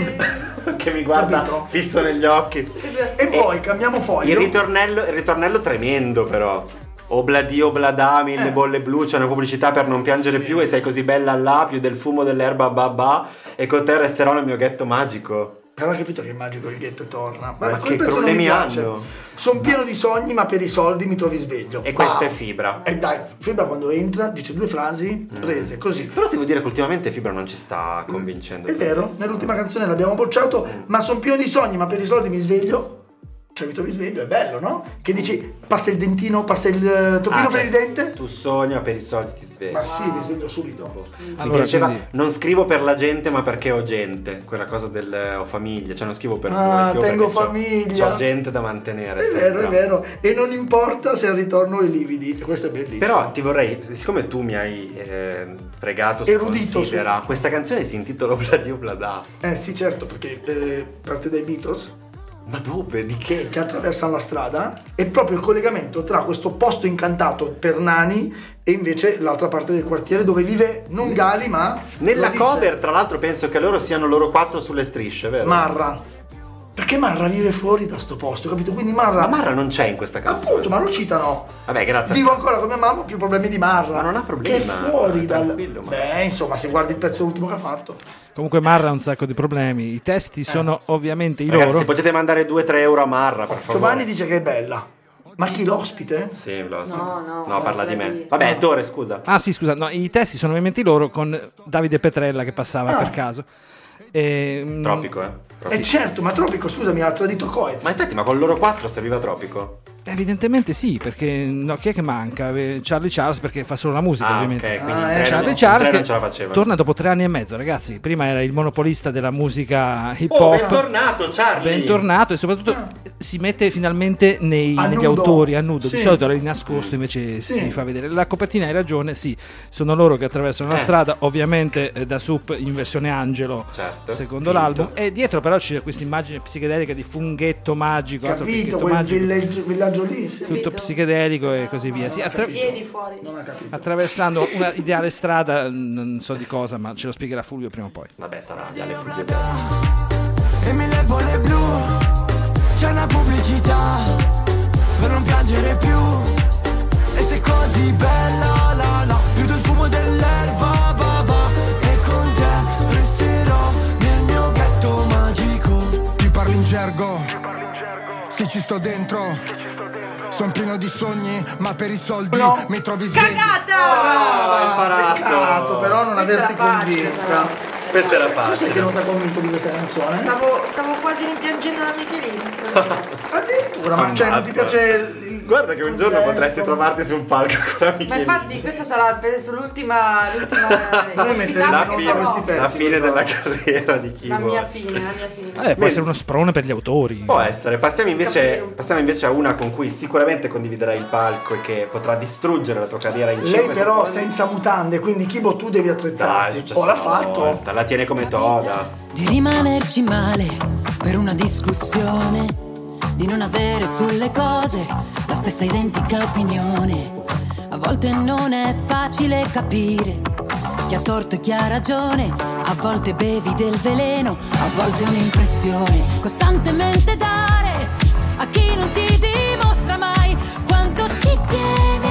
S4: Che mi guarda
S5: Capito?
S4: fisso negli occhi.
S5: E poi cambiamo foglio.
S4: Il ritornello tremendo però. Obladi oblada, mille bolle blu, c'è una pubblicità per non piangere più e sei così bella là, più del fumo dell'erba babà e con te resterò nel mio ghetto magico.
S5: Però hai capito che è magico il ghetto torna.
S4: Ma
S5: quel
S4: che
S5: pezzo non mi
S4: problemi
S5: piace.
S4: hanno?
S5: Sono pieno di sogni, ma per i soldi mi trovi sveglio.
S4: E questa
S5: Wow.
S4: è Fibra.
S5: E dai, Fibra quando entra dice due frasi prese, così.
S4: Però devo dire che ultimamente Fibra non ci sta convincendo.
S5: È vero, nell'ultima canzone l'abbiamo bocciato, ma sono pieno di sogni, ma per i soldi mi sveglio. Cioè mi trovi sveglio, è bello, no? Che dici, passa il dentino, passa il topino per il dente?
S4: Tu sogni, ma per i soldi ti svegli.
S5: Ma sì, mi sveglio subito.
S4: Mi
S2: Allora,
S4: piaceva,
S2: quindi-
S4: non scrivo per la gente ma perché ho gente, quella cosa del ho famiglia, cioè non scrivo per
S5: Ah,
S4: voi, scrivo
S5: tengo
S4: perché
S5: famiglia.
S4: c'ho gente da mantenere.
S5: È
S4: sempre.
S5: vero. E non importa se al ritorno ho i lividi. E questo è bellissimo.
S4: Però ti vorrei, siccome tu mi hai fregato su
S5: Erudito
S4: Considera, questa canzone si intitola Obladi Oblada.
S5: Sì, certo, perché parte dai Beatles,
S4: Ma dove? Di che?
S5: che attraversano la strada, e proprio il collegamento tra questo posto incantato per nani e invece l'altra parte del quartiere dove vive non Gali, ma
S4: Nella
S5: lo dice
S4: cover, tra l'altro, penso che loro siano loro quattro sulle strisce, vero?
S5: Marra. Perché Marra vive fuori da sto posto, capito? Quindi Marra.
S4: Ma Marra non c'è in questa canzone.
S5: Appunto, ma lo citano.
S4: Vabbè, grazie.
S5: Vivo ancora con mia mamma, più problemi di Marra.
S4: Ma non ha problemi,
S5: Che è
S4: Marra,
S5: fuori dal.
S4: tranquillo, Marra.
S5: Beh, insomma, se guardi il pezzo ultimo che ha fatto.
S2: Comunque Marra ha un sacco di problemi. I testi sono ovviamente i
S4: Ragazzi,
S2: loro.
S4: se potete mandare 2-3 euro a Marra, per favore.
S5: Giovanni dice che è bella. Ma chi l'ospite?
S4: Sì, lo so.
S6: No,
S4: parla di me.
S6: Obladi.
S4: Vabbè, Ettore, scusa.
S2: Ah sì, scusa, no, i testi sono ovviamente i loro con Davide Petrella che passava per caso.
S4: Tropico,
S5: Eh certo, ma Tropico, scusami, ha tradito Coez.
S4: Ma infatti, ma con loro 4 serviva Tropico?
S2: Evidentemente sì, perché no, chi è che manca? Charlie Charles perché fa solo la musica,
S4: Ah,
S2: ovviamente.
S4: ok, quindi
S5: Ah,
S4: in tre
S2: Charlie
S4: non-
S2: Charles
S4: in tre
S2: che
S4: non ce la faceva.
S2: torna dopo 3 anni e mezzo, ragazzi. Prima era il monopolista della musica hip
S4: Oh,
S2: hop.
S4: bentornato, Charlie!
S2: Bentornato e soprattutto si mette finalmente
S5: A
S2: negli
S5: nudo.
S2: autori a nudo.
S5: Sì.
S2: Di solito era di nascosto, invece si fa vedere. La copertina, hai ragione, sì, sono loro che attraversano la strada, ovviamente da Sup in versione Angelo,
S4: Certo,
S2: secondo
S4: finto.
S2: l'album. E dietro però c'è questa immagine psidedelica di funghetto magico, altro
S5: Capito,
S2: funghetto
S5: quel
S2: magico,
S5: villaggio lì, sì.
S2: tutto psichedelico e così via. Sì,
S6: Piedi fuori.
S5: Non ha capito.
S2: attraversando una ideale strada, non so di cosa, ma ce lo spiegherà Fulvio prima o poi.
S4: Vabbè, sarà ideale Fulvio.
S10: E mille bolle blu, c'è una pubblicità per non piangere più. E sei così bella, la la, più del fumo dell'erba, babà. E con te resterò nel mio ghetto magico.
S11: Ti parli in gergo, sì ci sto dentro. Sono pieno di sogni, ma per i soldi mi trovi sveglio.
S4: Ho imparato.
S5: Peccato, però non
S6: Questa
S5: averti
S6: era facile,
S5: convinta.
S4: Questa era
S5: Tu sai che
S4: facile.
S5: non ti ha convinto di questa canzone?
S6: Stavo quasi rimpiangendo la Michelin.
S5: Addirittura, ma cioè non ti
S4: Ammazza.
S5: piace il
S4: Guarda che un giorno
S5: contesto?
S4: potresti trovarti su un palco con la
S6: Ma
S4: Michelin.
S6: infatti questa sarà penso l'ultima
S5: Noi
S6: ospitata
S5: metteremo
S4: La
S5: in onda
S4: fine,
S5: questi pezzi.
S4: la fine della carriera di
S6: la mia
S4: Kibo.
S6: fine.
S2: Può essere uno sprone per gli autori.
S4: Può essere. Passiamo invece
S6: Capito.
S4: a una con cui sicuramente condividerai il palco e che potrà distruggere la tua carriera in 5
S5: Lei però
S4: secondi.
S5: senza mutande, quindi Kibo tu devi
S4: Dai, è
S5: attrezzarti.
S4: successo
S5: L'ha
S4: una
S5: fatto.
S4: volta, la tiene come Todas.
S7: Di rimanerci male per una discussione, di non avere sulle cose la stessa identica opinione. A volte non è facile capire chi ha torto e chi ha ragione. A volte bevi del veleno, a volte un'impressione. Costantemente dare a chi non ti dimostra mai quanto ci tiene.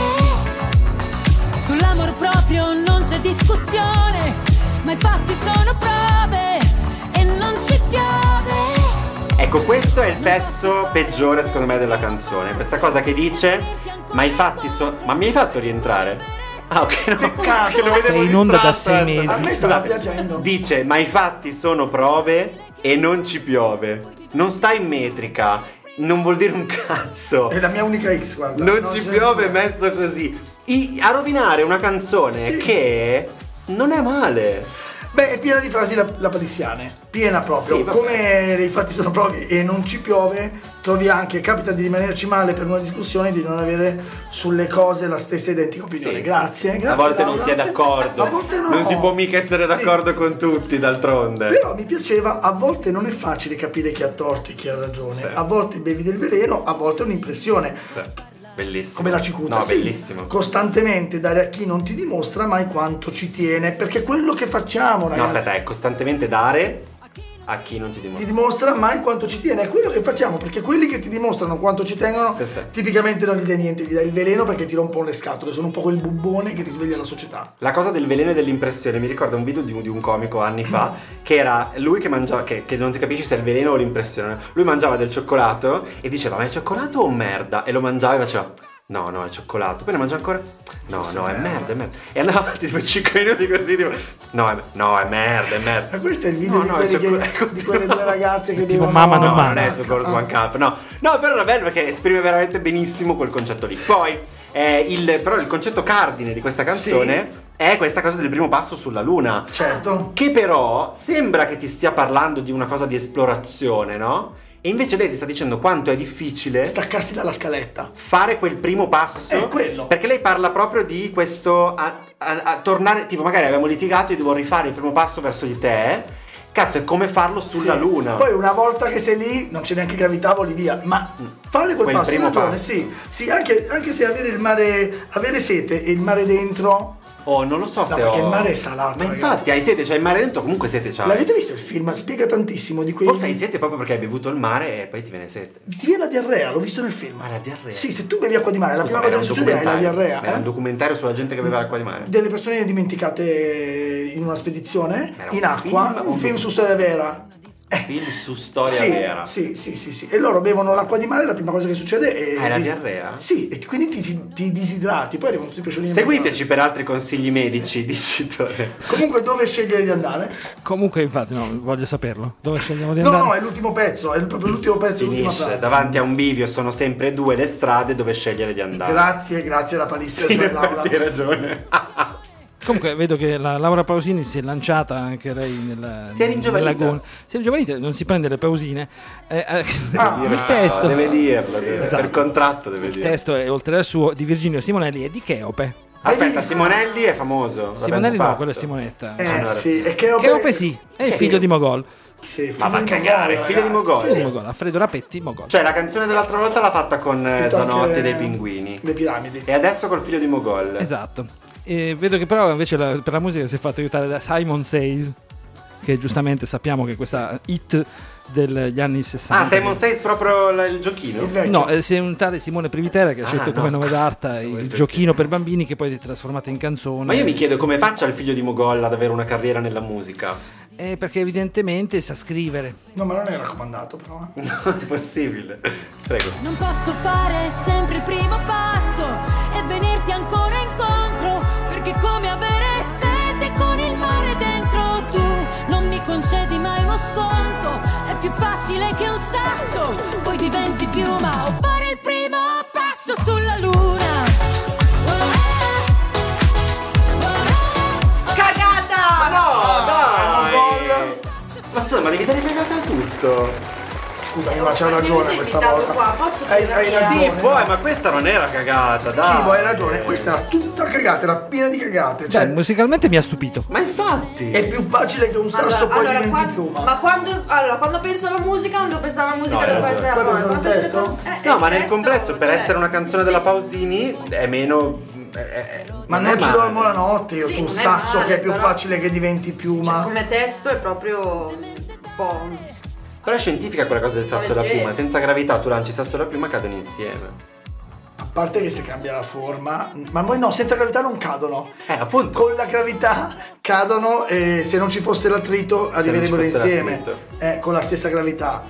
S7: Sull'amor proprio non c'è discussione, ma i fatti sono prove e non ci piove.
S4: Ecco, questo è il pezzo peggiore secondo me della canzone. Questa cosa che dice ma i fatti sono... Ma mi hai fatto rientrare? Ah, ok, no.
S5: Peccato.
S4: Che lo vedevo
S2: Sei in onda da
S4: distratto.
S2: 6 mesi.
S5: A me stava
S4: Scusate,
S5: piacendo.
S4: dice ma i fatti sono prove e non ci piove. Non sta in metrica. non vuol dire un cazzo.
S5: È la mia unica X, guarda.
S4: Non ci piove messo così. A rovinare una canzone che non è male.
S5: Beh, è piena di frasi lapalissiane, piena proprio.
S4: Sì,
S5: come i fatti sono propri e non ci piove, trovi anche, capita di rimanerci male per una discussione, di non avere sulle cose la stessa identica opinione.
S4: Sì,
S5: grazie.
S4: A volte
S5: Laura.
S4: non si è d'accordo.
S5: A volte no.
S4: Non si può mica essere d'accordo con tutti, d'altronde.
S5: Però mi piaceva, a volte non è facile capire chi ha torto e chi ha ragione.
S4: Sì.
S5: A volte bevi del veleno, a volte è un'impressione.
S4: Sì. Bellissimo.
S5: Come la cicuta.
S4: No,
S5: sì,
S4: bellissimo.
S5: Costantemente dare a chi non ti dimostra mai quanto ci tiene, perché è quello che facciamo, ragazzi.
S4: No, aspetta, è costantemente dare a chi non ti dimostra.
S5: Ti dimostra mai quanto ci tiene, è quello che facciamo, perché quelli che ti dimostrano quanto ci tengono,
S4: Sì.
S5: tipicamente non gli dai niente, gli dai il veleno perché ti rompono le scatole, sono un po' quel bubbone che risveglia la società.
S4: La cosa del veleno e dell'impressione mi ricorda un video di un comico anni fa, che era lui che mangiava, che non ti capisci se è il veleno o l'impressione. Lui mangiava del cioccolato e diceva: ma è cioccolato o merda? E lo mangiava e faceva: no, è cioccolato. Poi ne mangia ancora: no, è merda. E andava avanti tipo 5 minuti così, tipo: no, è merda.
S5: Ma questo è il video di quelle due ragazze che
S2: tipo
S5: devono...
S2: mamma non
S4: No,
S2: mamma.
S4: non è Two Girls One Cup. No, però era bello perché esprime veramente benissimo quel concetto lì. Poi però il concetto cardine di questa canzone è questa cosa del primo passo sulla luna.
S5: Certo.
S4: Che però sembra che ti stia parlando di una cosa di esplorazione, no? E invece lei ti sta dicendo quanto è difficile
S5: Staccarsi dalla scaletta.
S4: fare quel primo passo.
S5: È quello.
S4: Perché lei parla proprio di questo a tornare, tipo magari abbiamo litigato e devo rifare il primo passo verso di te. Cazzo, è come farlo sulla luna.
S5: Poi una volta che sei lì non c'è neanche gravità, voli via. Ma fare quel passo,
S4: primo
S5: ragione,
S4: passo.
S5: sì, anche se avere sete e il mare dentro.
S4: Oh, non lo so se
S5: perché il mare è salato.
S4: Ma
S5: ragazzi.
S4: infatti hai sete, c'hai il mare dentro, comunque sete c'hai.
S5: L'avete visto il film? Spiega tantissimo di quei.
S4: Forse hai sete proprio perché hai bevuto il mare e poi ti viene sete.
S5: Ti viene la diarrea, l'ho visto nel film.
S4: Ma la diarrea?
S5: Sì, se tu bevi acqua di mare,
S4: Scusa,
S5: la prima cosa che succede è la diarrea.
S4: Era un documentario sulla gente che beveva l'acqua di mare.
S5: Delle persone dimenticate in una spedizione
S4: Era
S5: in
S4: un
S5: acqua,
S4: film?
S5: un film su storia vera.
S4: Film su storia
S5: Sì,
S4: vera.
S5: sì. E loro bevono l'acqua di mare, la prima cosa che succede è
S4: la diarrea?
S5: Sì, e quindi ti disidrati, poi arrivano tutti i pesciolini.
S4: Seguiteci per altri consigli medici, dicitore.
S5: Comunque dove scegliere di andare?
S2: Comunque, infatti, no, voglio saperlo. Dove scegliamo di
S5: No,
S2: andare?
S5: è l'ultimo pezzo, è proprio l'ultimo pezzo, l'ultima
S4: Finisce
S5: frase.
S4: davanti a un bivio, sono sempre due le strade dove scegliere di andare.
S5: Grazie alla palestra,
S4: Sì, in
S5: Laura.
S4: effetti hai ragione.
S2: Comunque vedo che la Laura Pausini si è lanciata anche lei nella
S4: Si è ringiovanita.
S2: laguna. Si è ringiovanita, non si prende le pausine.
S4: Dire,
S2: il testo.
S4: deve dirlo,
S2: esatto.
S4: per contratto deve
S2: Il
S4: dirlo.
S2: testo è oltre al suo di Virginio Simonelli e di Cheope.
S4: Aspetta, Simonelli è famoso.
S2: Simonelli no,
S4: fatto.
S2: quello è Simonetta.
S5: Sì, e
S2: Cheope sì, è il figlio di Mogol.
S5: Sì,
S4: Ma va a cagare, il figlio di Mogol.
S2: Figlio di Mogol, Alfredo Rapetti, Mogol.
S4: Cioè la canzone dell'altra volta l'ha fatta con
S5: Scritto
S4: Zanotti
S5: anche
S4: dei Pinguini.
S5: Le piramidi.
S4: E adesso col figlio di Mogol.
S2: Esatto. E vedo che però invece per la musica si è fatto aiutare da Simon Says, che giustamente sappiamo che questa hit degli anni 60.
S4: Ah, Simon Says proprio il giochino?
S2: No, c'è un tale Simone Privitera che ha scelto
S4: no,
S2: come nome
S4: scusa,
S2: d'arte il giochino per bambini che poi è trasformato in canzone.
S4: Ma io mi chiedo come faccia il figlio di Mogol ad avere una carriera nella musica.
S2: Perché evidentemente sa scrivere.
S5: No, ma non è raccomandato però.
S4: Non è possibile. Prego.
S7: Non posso fare sempre il primo passo e venirti ancora incontro, perché come avere sete con il mare dentro. Tu non mi concedi mai uno sconto, è più facile che un sasso, poi diventi piuma o fare il primo passo sulla luna.
S6: Cagata!
S4: Ma no, dai! Ma scusa, ma devi dare cagata a tutto.
S5: Scusami, ma c'ha ragione questa volta.
S6: Qua, posso
S5: Hai
S6: dire la mia?
S5: ragione.
S4: Sì, poi, ma questa non era cagata, dai.
S5: Chivo, hai ragione, questa era tutta cagata, era piena di cagate.
S2: Cioè,
S5: Cioè,
S2: musicalmente mi ha stupito.
S4: Ma infatti.
S5: è più facile che un sasso poi diventi piuma.
S6: Ma quando penso alla musica non devo pensare alla musica,
S4: No,
S6: devo
S4: hai
S6: pensare
S5: ragione.
S6: alla
S5: Quando
S6: musica.
S5: penso al
S4: No, ma nel complesso, per essere una canzone della Pausini, è meno.
S5: Ma non ci dormo la notte io
S6: Sì,
S5: su un
S6: non è
S5: sasso
S6: male,
S5: che è più
S6: però.
S5: facile che diventi piuma.
S6: Come testo è proprio un po'.
S4: Però è scientifica quella cosa del sasso e la piuma. Senza gravità tu lanci sasso e la piuma cadono insieme.
S5: A parte che se cambia la forma, ma poi no, senza gravità non cadono.
S4: Appunto.
S5: Con la gravità cadono e se non ci fosse l'attrito arriverebbero
S4: fosse
S5: insieme.
S4: l'attrito.
S5: Con la stessa gravità.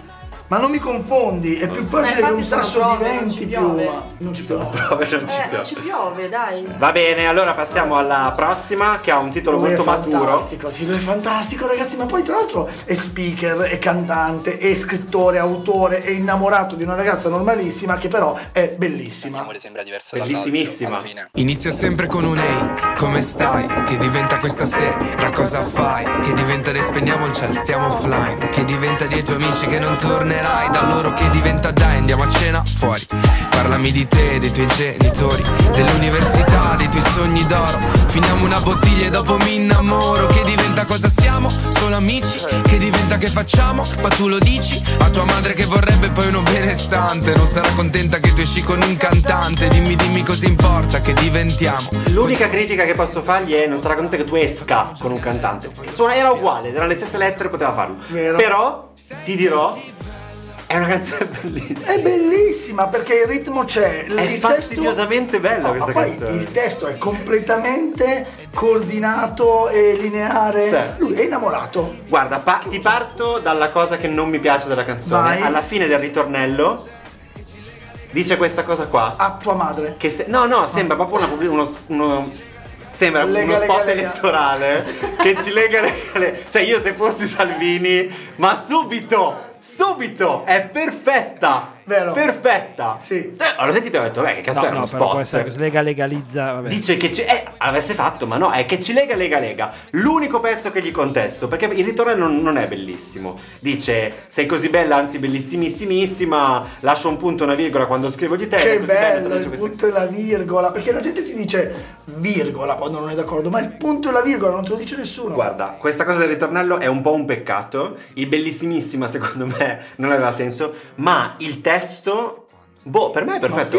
S5: Ma non mi confondi, è più facile che un sasso diventi più. Non ci piove.
S6: Non ci piove, dai.
S4: Va bene, allora passiamo alla prossima, che ha un titolo molto maturo.
S5: Fantastico, sì, lui è fantastico, ragazzi. Ma poi tra l'altro è speaker, è cantante, è scrittore, autore, è innamorato di una ragazza normalissima che però è bellissima.
S4: Bellissimissima.
S10: Inizia sempre con un ehi, come stai? Che diventa questa sera, cosa fai? Che diventa spendiamo il cielo, stiamo offline. Che diventa dei tuoi amici che non tornerai. Da loro che diventa dai, andiamo a cena fuori. Parlami di te, dei tuoi genitori, dell'università, dei tuoi sogni d'oro. Finiamo una bottiglia e dopo mi innamoro. Che diventa cosa siamo? Solo amici? Che diventa che facciamo? Ma tu lo dici a tua madre che vorrebbe poi uno benestante. Non sarà contenta che tu esci con un cantante. Dimmi cosa importa che diventiamo.
S4: L'unica critica che posso fargli è non sarà contenta che tu esca con un cantante. Era uguale, erano le stesse lettere, poteva farlo.
S5: Vero.
S4: Però ti dirò, è una canzone bellissima.
S5: È bellissima perché il ritmo c'è.
S4: È fastidiosamente bella questa canzone.
S5: Il testo è completamente coordinato e lineare.
S4: Sì.
S5: Lui è innamorato.
S4: Guarda, ti parto dalla cosa che non mi piace della canzone.
S5: Vai.
S4: Alla fine del ritornello dice questa cosa qua.
S5: A tua madre.
S4: Che sembra proprio sembra uno spot elettorale che ci lega. Cioè io se fossi Salvini, ma subito è perfetta.
S5: Vero.
S4: Perfetta.
S5: Sì.
S4: Allora sentite, ho detto, che cazzo è uno
S2: però
S4: spot?
S2: può essere che legalizza, vabbè.
S4: Dice che avesse fatto, ma no, è che ci lega. L'unico pezzo che gli contesto, perché il ritornello non è bellissimo. Dice, sei così bella, anzi bellissimissimissima, lascio un punto e una virgola quando scrivo di te.
S5: Che bello, il punto e la virgola. Perché la gente ti dice virgola quando non è d'accordo, ma il punto e la virgola non te lo dice nessuno.
S4: Guarda, questa cosa del ritornello è un po' un peccato. Il bellissimissima secondo me non aveva senso, ma il testo, per me è perfetto.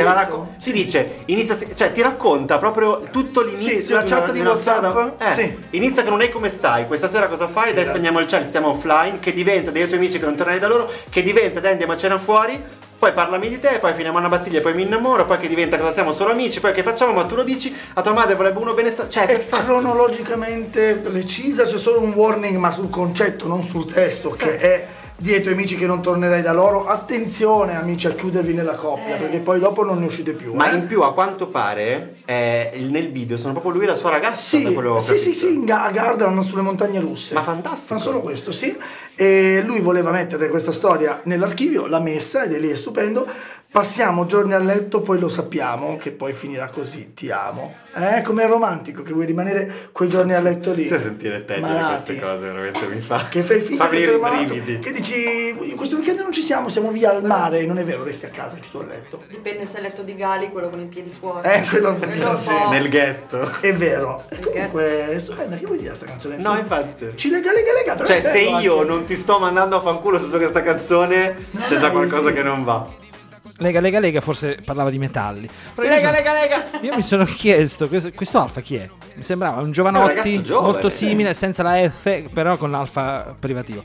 S4: Si dice, cioè ti racconta proprio tutto l'inizio.
S5: Sì, la chat di WhatsApp. Sì.
S4: Inizia che non è come stai, questa sera cosa fai? Dai, spegniamo il cielo, stiamo offline. Che diventa dei tuoi amici che non tornerai da loro. Che diventa dai, andiamo a cena fuori. Poi parlami di te, poi finiamo una battiglia, poi mi innamoro, poi che diventa cosa siamo solo amici, poi che facciamo, ma tu lo dici, a tua madre vorrebbe uno benestante. Cioè,
S5: è cronologicamente precisa, c'è solo un warning ma sul concetto, non sul testo, sì. Che è di ai tuoi amici che non tornerai da loro. Attenzione amici a chiudervi nella coppia, perché poi dopo non ne uscite più.
S4: Ma in più a quanto pare nel video sono proprio lui e la sua ragazza.
S5: Sì, a Gardaland sulle montagne russe.
S4: Ma fantastico.
S5: Fa solo questo, sì. E lui voleva mettere questa storia nell'archivio, l'ha messa ed è lì, è stupendo. Passiamo giorni a letto, poi lo sappiamo che poi finirà così, ti amo. Com'è romantico che vuoi rimanere quei giorni a letto lì.
S4: Sai sentire te dire queste cose veramente mi fa.
S5: Che fai finta
S4: di essere malato,
S5: che dici questo weekend non ci siamo via al mare. Non è vero, resti a casa chiuso a letto.
S6: Dipende se è il letto di Gali, quello con i piedi fuori.
S5: Quello
S4: sì, nel ghetto.
S5: È vero. Comunque è stupenda, che vuoi dire sta canzone?
S4: No, infatti.
S5: Ci lega, però
S4: cioè se io non ti sto mandando a fanculo su questa canzone, c'è già qualcosa che non va.
S2: Lega, forse parlava di metalli.
S4: Lega.
S2: Io mi sono chiesto, questo Alfa chi è? Mi sembrava un Giovanotti molto simile, senza la F, però con l'Alfa privativo.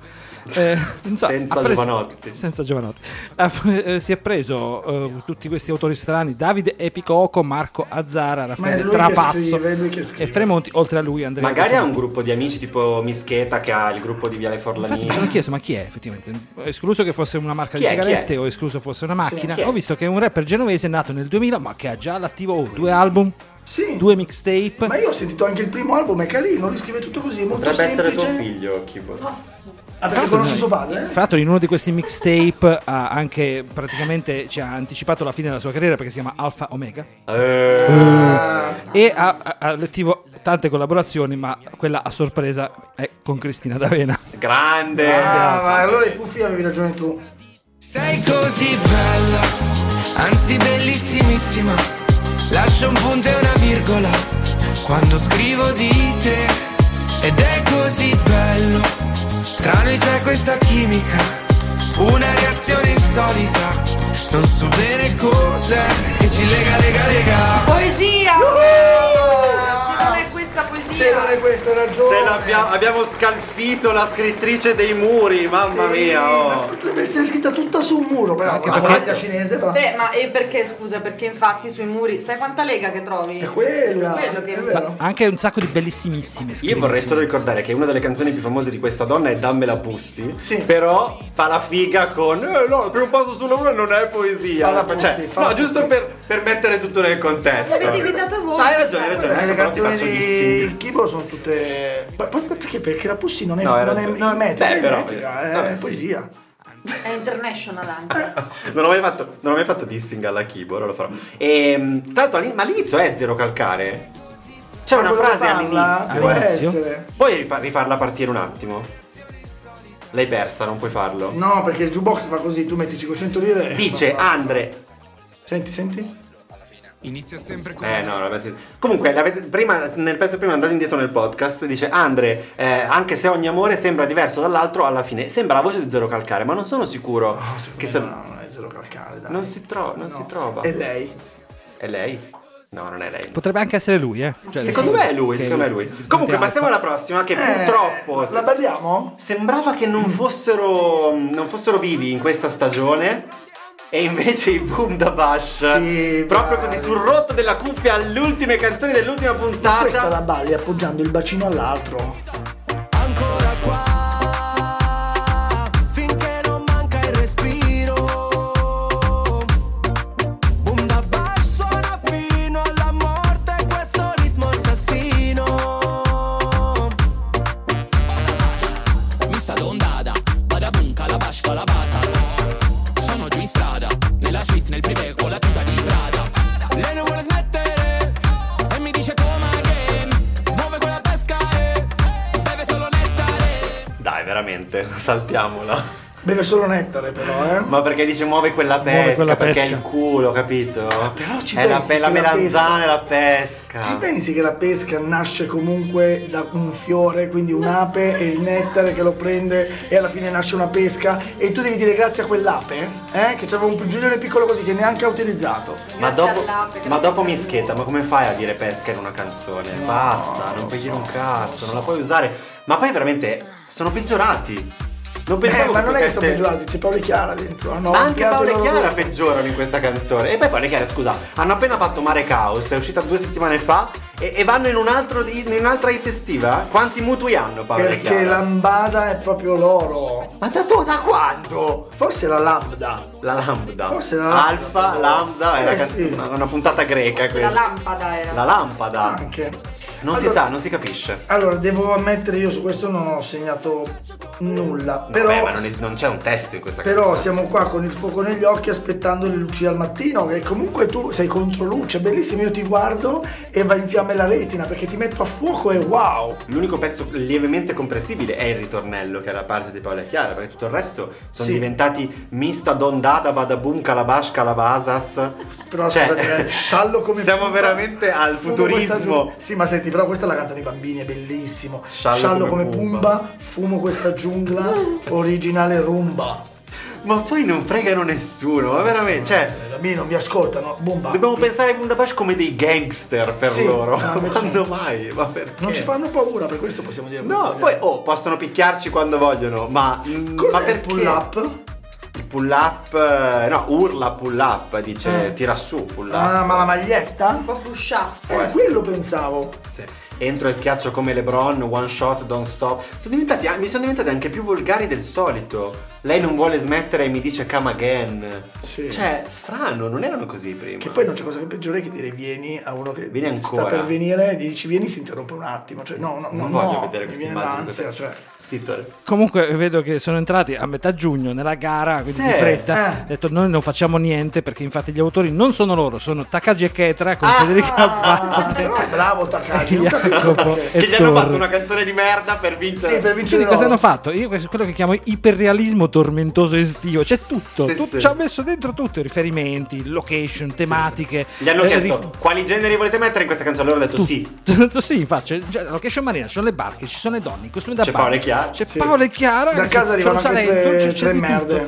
S2: Senza Giovanotti. Si è preso tutti questi autori strani: Davide Epicoco, Marco Azzara, Raffaele Trapasso e Fremonti. Oltre a lui Andrea.
S4: Magari ha un gruppo di amici tipo Mischeta che ha il gruppo di Viale Forlanini.
S2: Infatti mi sono chiesto, ma chi è effettivamente? Escluso che fosse una marca di sigarette o escluso fosse una macchina. Ho visto che è un rapper genovese nato nel 2000 ma che ha già all'attivo 2 album.
S5: Sì.
S2: 2 mixtape.
S5: Ma io ho sentito anche il primo album, è carino, riscrive tutto così, molto
S4: potrebbe
S5: semplice.
S4: Essere tuo figlio, Kibo.
S5: Perché conosci suo padre?
S2: Fra l'altro in uno di questi mixtape ha anche praticamente ci ha anticipato la fine della sua carriera perché si chiama Alfa Omega. E ha all'attivo tante collaborazioni, ma quella a sorpresa è con Cristina D'Avena.
S4: Grande!
S5: Ma allora i puffi avevi ragione tu.
S10: Sei così bella, anzi bellissimissima. Lascio un punto e una virgola quando scrivo di te. Ed è così bello, tra noi c'è questa chimica, una reazione insolita. Non so bene cos'è che ci lega.
S6: Poesia! Se non è questo questa poesia.
S5: Se non è questa hai ragione.
S4: Abbiamo scalfito la scrittrice dei muri, mamma mia.
S5: Ma potrebbe essere scritta tutta su un muro, però
S2: Anche
S5: una
S2: perché-
S5: maglia cinese, però.
S6: Beh, ma e perché, scusa, perché infatti sui muri, sai quanta lega che trovi?
S5: È quella,
S6: Quello che-
S5: è vero.
S2: Anche un sacco di bellissimissime
S4: Io vorrei solo ricordare che una delle canzoni più famose di questa donna è Dammela Pussy.
S5: Sì.
S4: Però fa la figa con no, il primo passo sulla luna non è poesia.
S5: Fa la Pussy, fa
S4: no,
S5: la
S4: giusto
S5: Pussy.
S4: per mettere tutto nel contesto.
S6: L'avete inventato voi.
S4: Hai ragione.
S5: Le
S4: Adesso però ti
S5: canzoni
S4: faccio
S5: di
S4: dissing.
S5: Kibo sono tutte. Ma proprio perché? Perché la Pussy non è,
S4: No, hai
S5: non è
S4: ragione.
S5: non è metrica,
S4: Beh,
S5: è
S4: però,
S5: metrica, è
S4: vabbè, sì.
S5: poesia.
S6: È international anche.
S4: Non ho mai fatto dissing alla Kibo, ora lo farò. E tra l'altro ma all'inizio è zero calcare. C'è una
S5: Quello
S4: frase
S5: che parla,
S4: all'inizio.
S5: può
S2: All'inizio?
S5: essere.
S4: Puoi rifarla partire un attimo? L'hai persa, non puoi farlo.
S5: No, perché il jukebox fa così, tu metti 500 lire e-
S4: Dice Andre.
S5: Senti.
S10: Inizia sempre con
S4: No, vabbè, sì. Comunque, nel pezzo prima andate indietro nel podcast, dice Andre, anche se ogni amore sembra diverso dall'altro, alla fine sembra la voce di Zero Calcare, ma non sono sicuro che
S5: No, non è zero calcare, dai.
S4: non si trova.
S5: E lei?
S4: È lei? No, non è lei.
S2: Potrebbe anche essere lui, Cioè,
S4: Secondo me è lui,
S2: che-
S4: secondo me è lui. Comunque, passiamo alla prossima, che purtroppo
S5: La balliamo?
S4: sembrava che non fossero vivi in questa stagione. E invece i Boom da Bash,
S5: Sì,
S4: proprio
S5: bravi.
S4: così sul rotto della cuffia, alle ultime canzoni dell'ultima puntata.
S5: Questa la balli appoggiando il bacino all'altro.
S10: ancora qua finché non manca il respiro. Boom da basso suona fino alla morte questo ritmo assassino. Mi sta d'ondata, vada bunca la bash fa la basas. Sono giù in strada, nella suite, nel privé con la tuta di Prada. Lei non vuole smettere e mi dice come again. Muove quella pesca e beve solo nettare.
S4: Dai, veramente, saltiamola.
S5: Beve solo nettare però,
S4: Ma perché dice muove quella pesca,
S2: quella
S4: perché è
S2: pesca.
S4: il culo, capito?
S5: però ci
S4: è la,
S5: pensi
S4: la
S5: che la
S4: melanzana e la pesca.
S5: Ci pensi che la pesca nasce comunque da un fiore, quindi un'ape e il nettare che lo prende e alla fine nasce una pesca e tu devi dire grazie a quell'ape, che c'aveva un pugiglione piccolo così che neanche ha utilizzato.
S4: Ma
S6: Grazie
S4: dopo,
S6: all'ape che
S4: ma
S6: la
S4: dopo
S6: pesca
S4: Mischetta, ma come fai a dire pesca in una canzone? Basta, non puoi dire un cazzo, non la puoi usare. Ma poi veramente sono peggiorati. Non pensavo
S5: Ma non è che sono
S4: potesse-
S5: peggiorati, c'è Paolo e Chiara dentro. Hanno
S4: Anche
S5: ampliato
S4: Paolo e
S5: il loro
S4: Chiara
S5: gruppo.
S4: peggiorano in questa canzone. E poi Paolo e Chiara, scusa, hanno appena fatto Mare Caos, è uscita 2 settimane fa e vanno in un'altra hit estiva? Quanti mutui hanno Paolo e
S5: Perché
S4: Chiara?
S5: Lambada è proprio loro.
S4: Ma da quando?
S5: Forse la Lambda.
S4: La Lambda.
S5: Forse la Lambda.
S4: Alfa, Lambda, è
S5: sì.
S4: una puntata greca
S6: Forse la
S4: questa.
S6: lampada era.
S4: La lampada.
S5: Anche.
S4: Non si
S5: Allora-
S4: sa, non si capisce.
S5: Allora, devo ammettere, io su questo non ho segnato nulla. Però,
S4: Vabbè, ma non c'è un testo in questa
S5: però
S4: canzone.
S5: siamo qua con il fuoco negli occhi aspettando le luci al mattino. E comunque tu sei contro luce, bellissimo. Io ti guardo e va in fiamme la retina perché ti metto a fuoco e wow.
S4: L'unico pezzo lievemente comprensibile è il ritornello, che è la parte di Paolo e Chiara, perché tutto il resto sono
S5: Sì.
S4: diventati mista, dondada, badaboom, calabash, calabasas.
S5: Però
S4: Cioè,
S5: scusa, direi, sciallo come
S4: siamo
S5: Pumba,
S4: veramente al
S5: fumo
S4: futurismo.
S5: questa sì, ma senti, però questa la cantano i bambini, è bellissimo.
S4: Sciallo come
S5: Pumba, fumo questa giungla, originale rumba.
S4: Ma poi non fregano nessuno, ma veramente, cioè,
S5: I bambini non mi ascoltano, bomba.
S4: dobbiamo pensare ai Bundabash come dei gangster per
S5: Sì,
S4: loro.
S5: no, invece
S4: Quando mai? Ma perché?
S5: Non ci fanno paura, per questo possiamo dire.
S4: No, poi possono picchiarci quando vogliono, ma
S5: Cos'è
S4: ma
S5: il
S4: perché?
S5: pull up?
S4: Il pull up, no, urla pull up, dice tira su pull up.
S5: Ah, ma la maglietta?
S6: Un po' push up.
S5: Quello pensavo.
S4: Sì. Entro e schiaccio come LeBron, one shot, don't stop. Mi sono diventati anche più volgari del solito. Lei non vuole smettere e mi dice come again.
S5: Sì.
S4: Cioè, strano, non erano così prima.
S5: Che poi non c'è cosa che peggiore che dire vieni a uno che
S4: Vieni ancora.
S5: sta per venire e dici vieni, si interrompe un attimo. Cioè, no,
S4: Non voglio vedere
S5: mi
S4: questa
S5: viene
S4: immagine.
S5: l'ansia, cioè.
S4: Zitto.
S2: Comunque vedo che sono entrati a metà giugno nella gara, quindi
S4: Sì,
S2: di fretta. Ha detto noi non facciamo niente perché infatti gli autori non sono loro, sono Takagi e Ketra con Federica Abate.
S5: Però è bravo Takagi, non capisco
S2: Jacopo
S5: perché.
S2: e
S4: Che gli hanno
S2: Torre.
S4: fatto una canzone di merda per vincere.
S5: Sì, per vincere
S2: Quindi cosa
S5: loro.
S2: hanno fatto? Io quello che chiamo iperrealismo tormentoso estivo, c'è tutto,
S4: Sì, sì.
S2: ci ha messo dentro tutto, riferimenti, location, tematiche.
S4: Gli hanno chiesto quali generi volete mettere in questa canzone. Loro hanno detto sì.
S2: Sì, infatti, la location marina, ci sono le barche, ci sono le donne, i costumi da
S4: C'è
S2: barca.
S4: Paolo e Chiara.
S2: C'è
S5: Sì.
S2: Paolo e Chiara,
S5: Da
S2: c'è
S5: casa
S2: lo
S5: arrivano anche
S2: Salento,
S5: tre
S2: c'è di
S5: merde.
S2: tutto.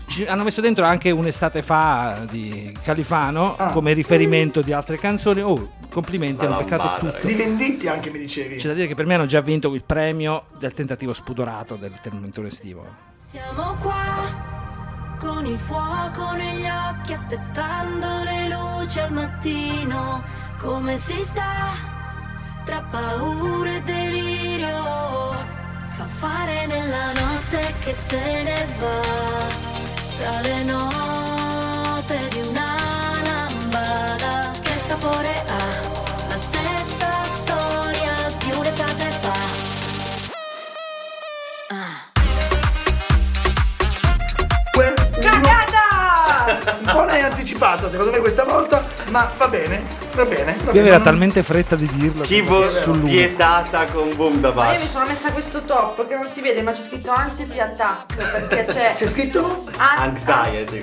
S2: Hanno messo dentro anche Un'estate fa di Califano come riferimento di altre canzoni. Complimenti, hanno beccato tutto.
S5: Di Venditti anche, mi dicevi.
S2: C'è da dire che per me hanno già vinto il premio del tentativo spudorato del tormentone estivo.
S7: Siamo qua con il fuoco negli occhi, aspettando le luci al mattino. Come si sta tra paura e delirio? Fanfare nella notte che se ne va, tra le note di una lambada. Che sapore ha la stessa storia di un'estate fa?
S5: Un po' l'hai anticipata secondo me questa volta, ma va bene.
S2: Qui aveva talmente fretta di dirlo.
S4: Kibo spietata con Boom da
S6: Ma io
S4: Bash.
S6: mi sono messa questo top che non si vede, ma c'è scritto Anxiety Attack, perché c'è
S5: scritto
S4: Anxiety.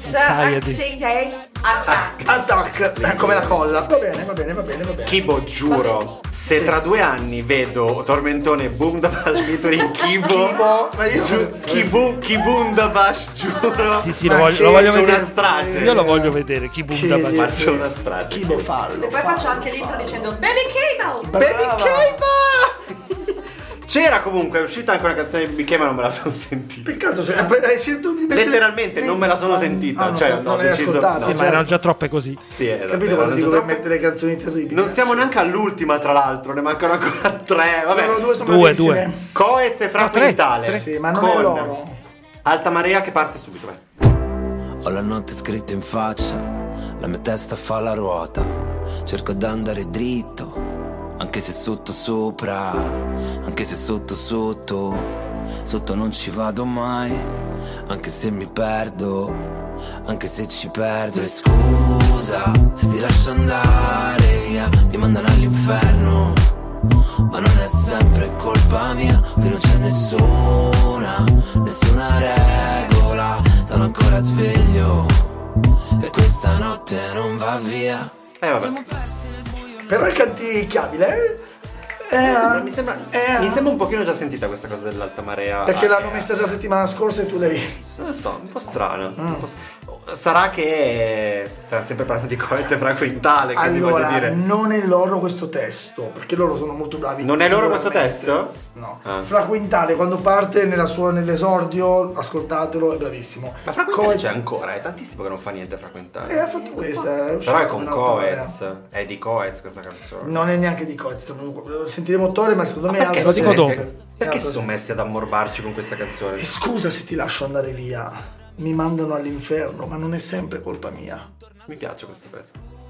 S5: Attack, come la colla. Va bene.
S4: Kibo, giuro, se tra 2 anni vedo Tormentone Boom da Bash featuring Kibo, Kibum da Bash, giuro.
S2: Sì, lo voglio vedere.
S4: Una strage.
S2: Io lo voglio vedere, Kibum da Bash.
S4: Faccio una strage.
S5: Kibo fallo.
S6: E poi faccio anche l'intro dicendo Baby Cable!
S4: Baby Cable! C'era comunque, è uscita anche una canzone di BK, ma non me la sono sentita.
S5: Peccato, hai scelto di mettere...
S4: Letteralmente non me la sono sentita, cioè
S5: non
S4: ho
S5: l'hai
S4: deciso.
S5: ascoltata.
S2: Sì, ma erano già troppe così.
S4: Sì,
S5: Capito quando dico per mettere canzoni terribili?
S4: Non siamo neanche all'ultima, tra l'altro, ne mancano ancora 3. Vabbè,
S5: Loro 2 sono bravissime.
S4: Coez e Fra Quintale.
S5: Sì, ma non è loro.
S4: Alta Marea che parte subito, vai.
S10: Ho la notte scritta in faccia, la mia testa fa la ruota. Cerco d'andare dritto, anche se sotto sopra, anche se sotto sotto. Sotto non ci vado mai, anche se mi perdo, anche se ci perdo. E scusa se ti lascio andare via, mi mandano all'inferno, ma non è sempre colpa mia. Qui non c'è nessuna regola, sono ancora sveglio e questa notte non va via.
S4: Vabbè.
S5: Però è canticchiabile,
S4: Mi sembra un pochino già sentita questa cosa dell'Alta Marea.
S5: perché l'hanno messa già settimana scorsa e tu lei...
S4: Non lo so, un po' strano. Sarà che stiamo sempre parlando di Coez e Fra Quintale, quindi
S5: Allora,
S4: voglio dire.
S5: non è loro questo testo, perché loro sono molto bravi.
S4: Non è loro questo
S5: sicuramente.
S4: testo?
S5: No.
S4: Ah.
S5: Fra Quintale quando parte nell'esordio, ascoltatelo, è bravissimo.
S4: Ma Fra Quintale c'è ancora, è tantissimo che non fa niente Fra Quintale.
S5: Ha fatto questa,
S4: Però è con Coez, è di Coez questa canzone.
S5: Non è neanche di Coez, sentiremo Tore, ma secondo me è
S4: Perché
S5: altro
S4: si
S5: genere.
S4: sono- Perché si sono messi ad ammorbarci con questa canzone?
S5: E scusa se ti lascio andare via, mi mandano all'inferno, ma non è sempre colpa mia.
S4: Mi piace questo pezzo.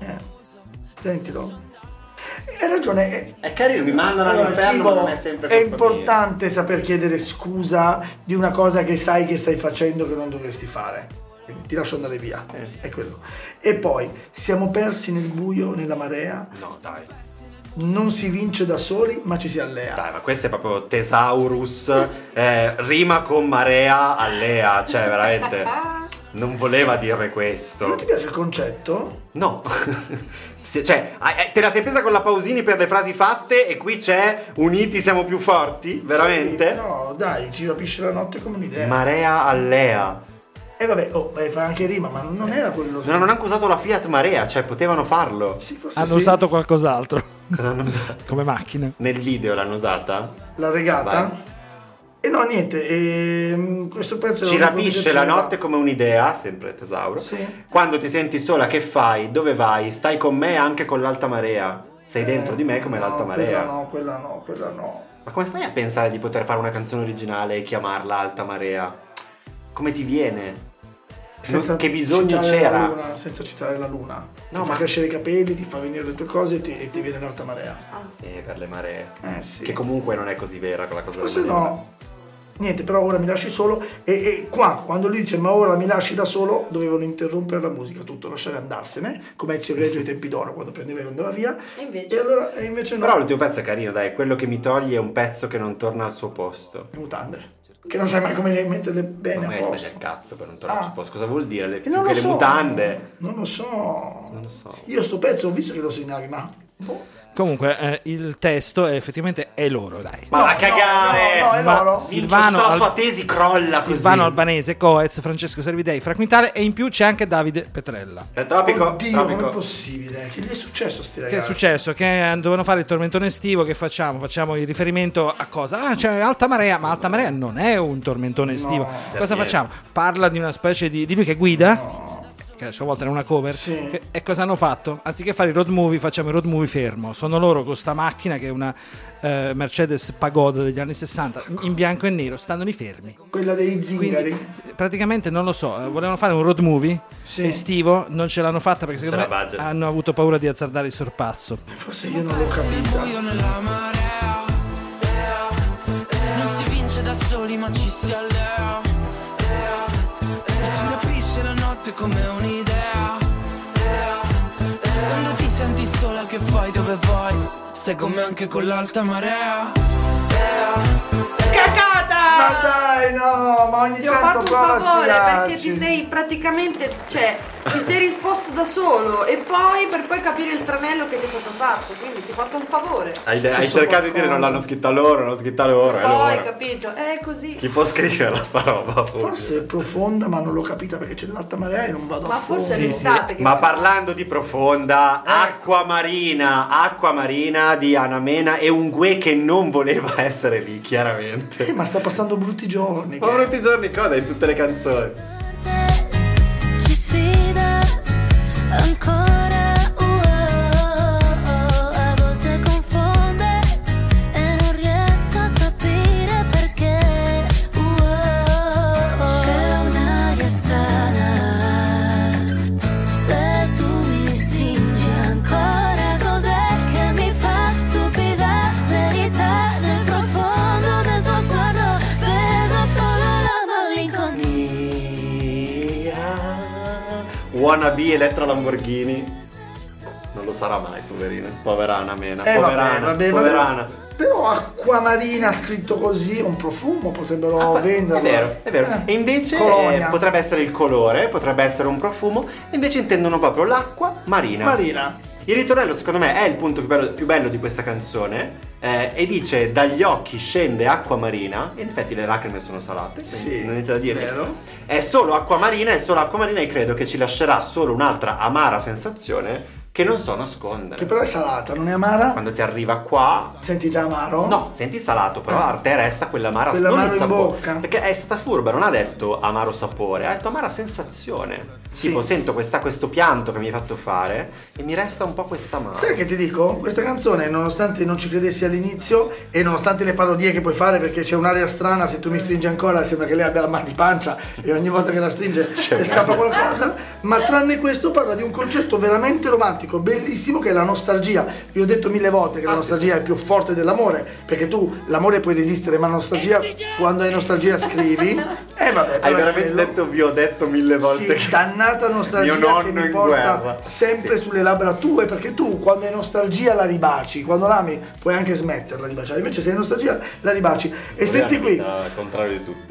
S5: Sentilo. Hai ragione.
S4: È carino, mi mandano all'inferno, ma non è sempre
S5: È
S4: colpa mia.
S5: importante saper chiedere scusa di una cosa che sai che stai facendo che non dovresti fare. Quindi ti lascio andare via. È quello. E poi siamo persi nel buio, nella marea.
S4: No, dai.
S5: Non si vince da soli, ma ci si allea.
S4: Dai, ma questo è proprio Thesaurus, rima con marea, allea, cioè veramente non voleva dire questo.
S5: Non ti piace il concetto?
S4: No. Cioè, te la sei presa con la Pausini per le frasi fatte e qui c'è uniti siamo più forti? Veramente?
S5: Sì, no, dai, ci rapisce la notte come un'idea.
S4: Marea, allea.
S5: E vabbè, fa anche rima, ma non era quello.
S4: Non hanno anche usato la Fiat Marea, cioè potevano farlo.
S5: Sì, forse
S2: Hanno usato qualcos'altro.
S4: Cosa hanno usato?
S2: Come macchina.
S4: Nel video l'hanno usata?
S5: La regata?
S4: Vai.
S5: E no, niente, questo pezzo
S4: Ci rapisce la notte come un'idea, sempre Tesauro.
S5: Sì.
S4: Quando ti senti sola, che fai? Dove vai? Stai con me anche con l'alta marea. Sei dentro di me come l'alta marea.
S5: Quella no.
S4: Ma come fai a pensare di poter fare una canzone originale e chiamarla Alta Marea? Come ti viene? Che bisogno c'era?
S5: Senza citare la luna.
S4: No,
S5: Ti
S4: ma
S5: fa crescere i capelli, ti fa venire le tue cose e ti viene l'alta marea.
S4: per le maree.
S5: Sì.
S4: Che comunque non è così vera quella cosa.
S5: Forse
S4: della marea.
S5: no. Niente, però ora mi lasci solo. E qua, quando lui dice ma ora mi lasci da solo, dovevano interrompere la musica, tutto, lasciare andarsene, come Ezio Greggio ai tempi d'oro, quando prendeva e andava via. E invece no.
S4: Però l'ultimo pezzo è carino, dai, quello che mi toglie è un pezzo che non torna al suo posto.
S5: Le mutande. Che non sai mai come metterle bene
S4: Ma
S5: a
S4: magari
S5: posto.
S4: taglia il cazzo per non tornare al suo posto. Cosa vuol dire?
S5: E
S4: Più
S5: non
S4: che
S5: lo
S4: le
S5: so.
S4: mutande.
S5: Non lo so.
S4: Non lo so.
S5: Io sto pezzo ho visto che lo segnavi, ma
S2: Comunque il testo effettivamente è loro, dai.
S4: Ma va a cagare!
S5: No, è loro.
S2: Silvano,
S4: tutta la sua tesi crolla
S2: Silvano
S4: così.
S2: Albanese, Coez, Francesco Servidei, Fra Quintale e in più c'è anche Davide Petrella.
S4: È tropico.
S5: Oddio, com'è possibile? Che gli è successo a sti ragazzi?
S2: Che è successo? Che dovevano fare il tormentone estivo. Che facciamo? Facciamo il riferimento a cosa? Ah, c'è Alta Marea. Ma Alta Marea non è un tormentone estivo. Cosa facciamo? Parla di una specie di lui che guida. Che a sua volta era una cover.
S5: Sì.
S2: E cosa hanno fatto? Anziché fare i road movie, facciamo i road movie fermo. Sono loro con sta macchina che è una Mercedes Pagoda degli anni 60, in bianco e nero, stanno lì fermi.
S5: Quella dei zingari.
S2: Quindi, praticamente non lo so, volevano fare un road movie estivo, non ce l'hanno fatta perché secondo me hanno avuto paura di azzardare il sorpasso.
S5: Forse io non l'ho capita.
S1: Non si vince da soli ma ci si allea. Si rapisce la notte come un'idea. Quando ti senti sola che fai, dove vai? Stai con me anche con l'alta marea.
S6: Cacata!
S5: Ma dai, no, ma ogni
S6: Ti ho
S5: tanto
S6: fatto un
S5: prova a
S6: favore
S5: stirarci.
S6: perché ti sei praticamente, cioè, ti sei risposto da solo e poi per poi capire il tranello che ti è stato fatto, quindi ti ho fatto un favore.
S4: Hai cercato di dire non l'hanno scritta loro, l'hanno scritta loro.
S6: Poi, capito? È così.
S4: Chi può scriverla sta roba?
S5: Forse è profonda, ma non l'ho capita perché c'è l'alta marea e non vado
S6: Ma
S5: a fondo.
S6: forse è l'estate che
S4: Ma parlando di profonda, Acqua Marina di Ana Mena e un Gue che non voleva essere lì, chiaramente.
S5: Ma sta passando brutti giorni.
S4: Ma brutti giorni cosa in tutte le canzoni?
S7: Ci sfida ancora, a volte confonde e non riesco a capire perché. C'è un'aria strana, se tu mi stringi ancora, cos'è che mi fa stupida verità? Nel profondo del tuo sguardo vedo solo la malinconia.
S4: Wannabe Elettra Lamborghini. Non lo sarà mai, poverina. Povera Ana Mena.
S5: Vabbè.
S4: Poverana.
S5: Però Acqua Marina scritto così è un profumo, potrebbero venderlo.
S4: È vero. E invece
S5: Colonia.
S4: potrebbe essere il colore, potrebbe essere un profumo, e invece intendono proprio l'acqua marina. Il ritornello secondo me è il punto più bello di questa canzone, e dice dagli occhi scende acqua marina, e in effetti le lacrime sono salate, quindi non niente da dire.
S5: Vero.
S4: È solo acqua marina e credo che ci lascerà solo un'altra amara sensazione che non so nascondere.
S5: Che però è salata, non è amara?
S4: Quando ti arriva qua
S5: Senti già amaro?
S4: no, senti salato, però a te resta quell'amara, non
S5: Quell'amaro
S4: il
S5: in
S4: sapore.
S5: bocca.
S4: Perché è stata furba, non ha detto amaro sapore, ha detto amara sensazione.
S5: Sì.
S4: Tipo, sento questo pianto che mi hai fatto fare e mi resta un po' questa amaro.
S5: Sai che ti dico? Questa canzone, nonostante non ci credessi all'inizio e nonostante le parodie che puoi fare, perché c'è un'aria strana, se tu mi stringi ancora sembra che lei abbia la mal di pancia e ogni volta che la stringe le scappa qualcosa, ma tranne questo parla di un concetto veramente romantico, bellissimo, che è la nostalgia. Vi ho detto 1000 volte che la nostalgia è più forte dell'amore, perché tu l'amore puoi resistere, ma la nostalgia, quando hai nostalgia scrivi. Vabbè,
S4: Hai veramente detto, vi ho detto 1000 volte
S5: sì,
S4: che
S5: dannata nostalgia
S4: mio nonno
S5: che mi
S4: in
S5: porta
S4: guerra.
S5: sempre sulle labbra tue, perché tu quando hai nostalgia la ribaci, quando l'ami puoi anche smetterla di baciare, invece se hai nostalgia la ribaci. E senti qui,
S4: al contrario di tutto.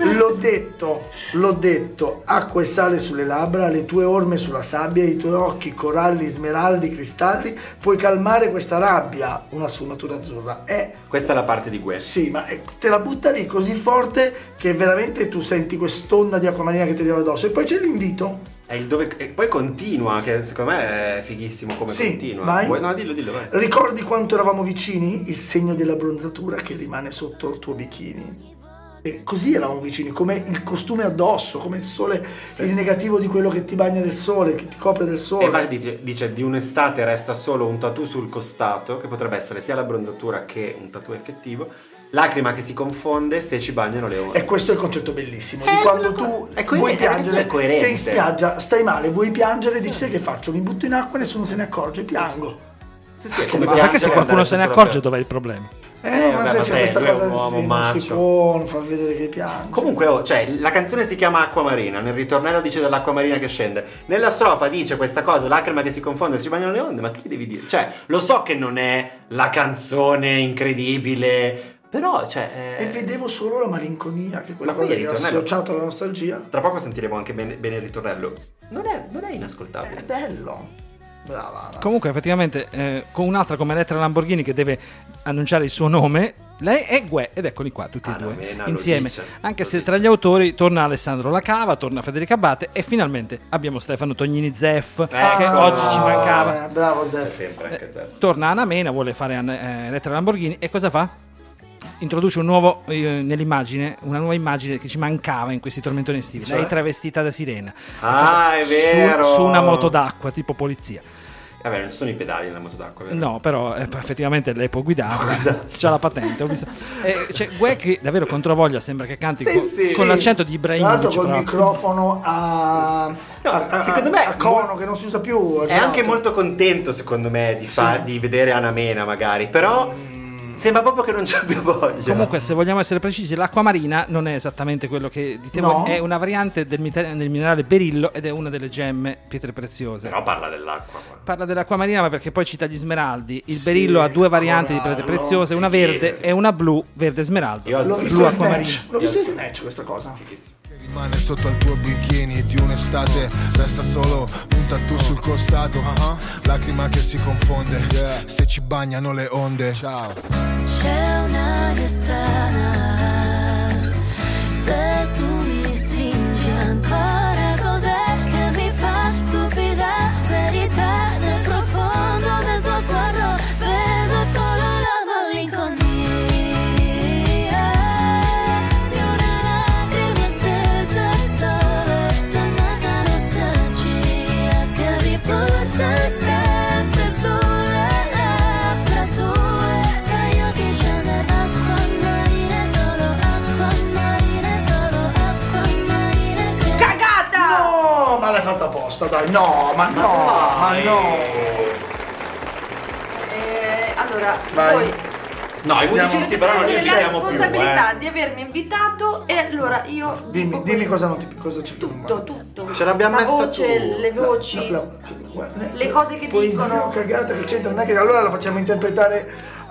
S5: l'ho detto, acqua e sale sulle labbra, le tue orme sulla sabbia, i tuoi occhi coralli, smeraldi, cristalli, puoi calmare questa rabbia, una sfumatura azzurra.
S4: Questa è la parte di Gue.
S5: Sì, ma te la butta lì così forte che veramente tu senti quest'onda di acqua marina che ti arriva addosso. E poi c'è l'invito.
S4: E poi continua, che secondo me è fighissimo come
S5: Sì,
S4: continua.
S5: vai.
S4: No, dillo, vai.
S5: Ricordi quanto eravamo vicini? Il segno della bronzatura che rimane sotto il tuo bikini. E così eravamo vicini, come il costume addosso, come il sole, il negativo di quello che ti bagna del sole, che ti copre del sole.
S4: E infatti dice di un'estate resta solo un tattoo sul costato, che potrebbe essere sia la bronzatura che un tattoo effettivo. Lacrima che si confonde se ci bagnano le onde.
S5: E questo è il concetto bellissimo, di quando tu vuoi
S4: è
S5: piangere,
S4: coerente.
S5: sei in spiaggia, stai male, vuoi piangere, dici sai che faccio? Mi butto in acqua e nessuno se ne accorge, piango.
S4: Sì, è
S2: Ma perché se qualcuno se ne accorge dov'è il problema?
S5: Ma se c'è questa
S4: lui è un
S5: cosa
S4: uomo
S5: non
S4: macio.
S5: si può non far vedere che piange.
S4: Comunque, la canzone si chiama Acqua Marina. Nel ritornello dice dell'acqua marina che scende. Nella strofa dice questa cosa, lacrima che si confonde, si bagnano le onde. Ma che gli devi dire? Cioè, lo so che non è la canzone incredibile, però,
S5: E vedevo solo la malinconia, che è quella
S4: Ma poi
S5: cosa
S4: il
S5: che è
S4: ritornello-
S5: associato alla nostalgia.
S4: Tra poco sentiremo anche bene il ritornello. Non è inascoltabile.
S5: È bello. Brava.
S2: Comunque effettivamente con un'altra come Elettra Lamborghini che deve annunciare il suo nome, lei è Gue, ed eccoli qua tutti e due insieme, anche se tra gli autori torna Alessandro Lacava, torna Federica Abate e finalmente abbiamo Stefano Tognini Zeff che oggi ci mancava.
S5: Bravo Zeff.
S4: C'è sempre anche Zeff.
S2: Torna Anna Mena, vuole fare Elettra Lamborghini e cosa fa? Introduce un nuovo nell'immagine, una nuova immagine che ci mancava in questi tormentoni estivi. Lei travestita da sirena.
S4: È vero.
S2: Su una moto d'acqua, tipo polizia.
S4: Vabbè, non ci sono i pedali nella moto d'acqua, vero?
S2: No, però effettivamente lei può guidare, c'ha la patente, ho visto. C'è Gue che davvero controvoglia, sembra che canti con l'accento di Ibrahimovic.
S5: Tra l'altro col microfono
S4: secondo me
S5: a cono che non si usa più.
S4: È anche molto contento, secondo me, di vedere Anna Mena magari, però sembra proprio che non ci abbia voglia.
S2: Comunque, se vogliamo essere precisi, l'acqua marina non è esattamente quello che ditevo,
S5: No.
S2: è una variante del minerale berillo ed è una delle gemme pietre preziose.
S4: Però parla dell'acqua.
S2: Parla dell'acqua marina, ma perché poi cita gli smeraldi. Il berillo ha due varianti di pietre preziose, una verde e una blu, verde smeraldo.
S5: L'ho visto
S2: blu
S5: in
S2: acqua marina.
S5: Snatch. L'ho visto in Snatch questa cosa.
S11: Rimane sotto al tuo bikini di un'estate, resta solo un tattoo sul costato, lacrima che si confonde, se ci bagnano le onde. Ciao.
S7: C'è un'aria strana, se tu mi stringi ancora, cos'è che mi fa stupida verità? Nel profondo del tuo sguardo vedo solo la malinconia di una lacrima stesa al sole, dannata nostalgia che mi porta sempre sulle labbra tue, dagli occhi scende acqua marina, solo acqua marina, solo acqua marina.
S6: Cagata!
S5: No, ma l'hai fatta apposta, dai. No, ma no.
S6: Allora,
S5: Vai.
S6: voi
S4: No, i musicisti però non li
S6: avete la
S4: invitiamo più.
S6: responsabilità di avermi invitato e allora io dico
S5: Dimmi cosa c'è
S6: tutto.
S4: Ce l'abbiamo
S6: la
S4: messa
S6: voce,
S4: tu.
S6: le voci, le cose che
S5: poesia
S6: dicono.
S5: cagata che c'entra, non è che allora la facciamo interpretare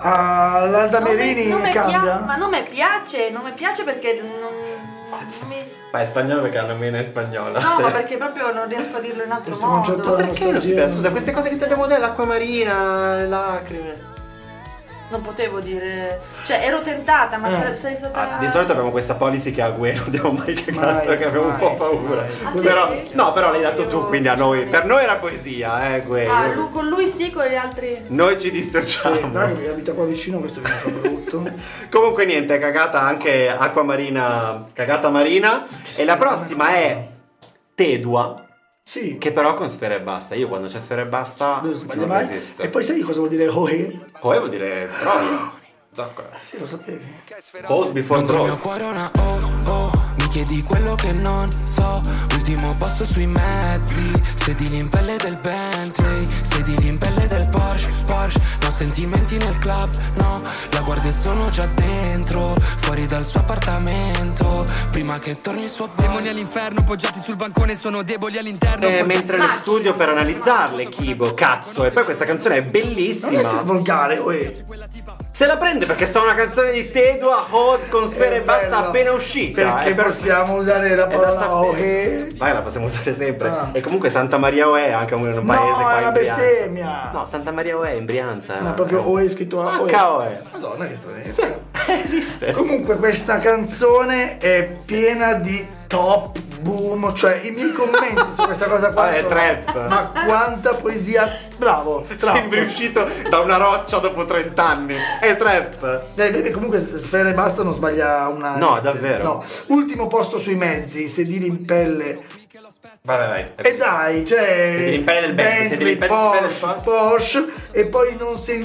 S5: a Lalda Merini, cambia?
S6: Ma non mi piace perché non mi...
S4: È spagnolo perché Anna Mena è spagnola.
S6: No, ma perché proprio non riesco a dirlo in altro
S5: Questo
S6: modo.
S5: concetto
S4: Ma perché non ti
S5: nostalgia.
S4: piace? Scusa, queste cose che ti abbiamo detto, l'acqua marina, le lacrime.
S6: Non potevo dire, cioè ero tentata, ma sarei stata.
S4: Di solito abbiamo questa policy che a Gue non abbiamo mai cagato,
S5: Mai,
S4: che abbiamo un po'
S5: mai,
S4: paura.
S6: Ah, sì?
S4: Però, no, però l'hai dato tu, quindi a noi, per noi era poesia, Gue.
S6: Con lui sì, con gli altri.
S4: Noi ci dissociamo.
S5: Dai, che abita qua vicino, questo mi fa brutto.
S4: Comunque niente, cagata anche acqua marina, cagata marina. E la prossima è Tedua.
S5: Sì.
S4: Che però con Sfera e Basta. Io quando c'è Sfera e Basta
S5: Non sbaglia
S4: non
S5: mai.
S4: resisto.
S5: E poi sai cosa vuol dire Oe?
S4: Poi vuol dire Troia. Zoccolo.
S5: Sì, lo sapevi.
S4: Pose before
S10: Non col mio
S4: Rose.
S10: cuore una mi chiedi quello che non so. Ultimo posto sui mezzi, sedili in pelle del Bentley, sedili in pelle del Porsche. No sentimenti nel club, no. La guardia sono già dentro, fuori dal suo appartamento, prima che torni il suo demoni all'inferno, poggiati sul bancone, sono deboli all'interno.
S4: Mentre lo studio per analizzarle, Kibo, cazzo. E poi questa canzone è
S5: Non
S4: bellissima.
S5: essere volgare, Oe.
S4: Se la prende perché sono una canzone di Tedua Hot con Sfera e Basta
S5: bella.
S4: appena uscita.
S5: Perché
S4: È per-
S5: possiamo usare la
S4: è da
S5: parola
S4: sapere.
S5: Oe?
S4: Vai, la possiamo usare sempre.
S5: Ah.
S4: E comunque Santa Maria Oe è anche un paese
S5: No,
S4: qua
S5: è una
S4: in Brianza.
S5: bestemmia.
S4: No, Santa Maria Oe è in Brianza.
S5: No, proprio Oe scritto a Oe.
S4: H-O-E.
S5: Madonna, che stranezza.
S4: Esiste.
S5: Comunque questa canzone è piena di top boom, cioè i miei commenti su questa cosa qua
S4: È
S5: sono,
S4: trap.
S5: ma quanta poesia, bravo,
S4: Sembri uscito da una roccia dopo 30 anni. È trap.
S5: Dai, comunque Sfera e Basta non sbaglia una.
S4: No, davvero.
S5: No. Ultimo posto sui mezzi, sedili in pelle.
S4: Vai.
S5: E dai, cioè
S4: Sedili in pelle del Bentley, sedili in pelle del
S5: Porsche e poi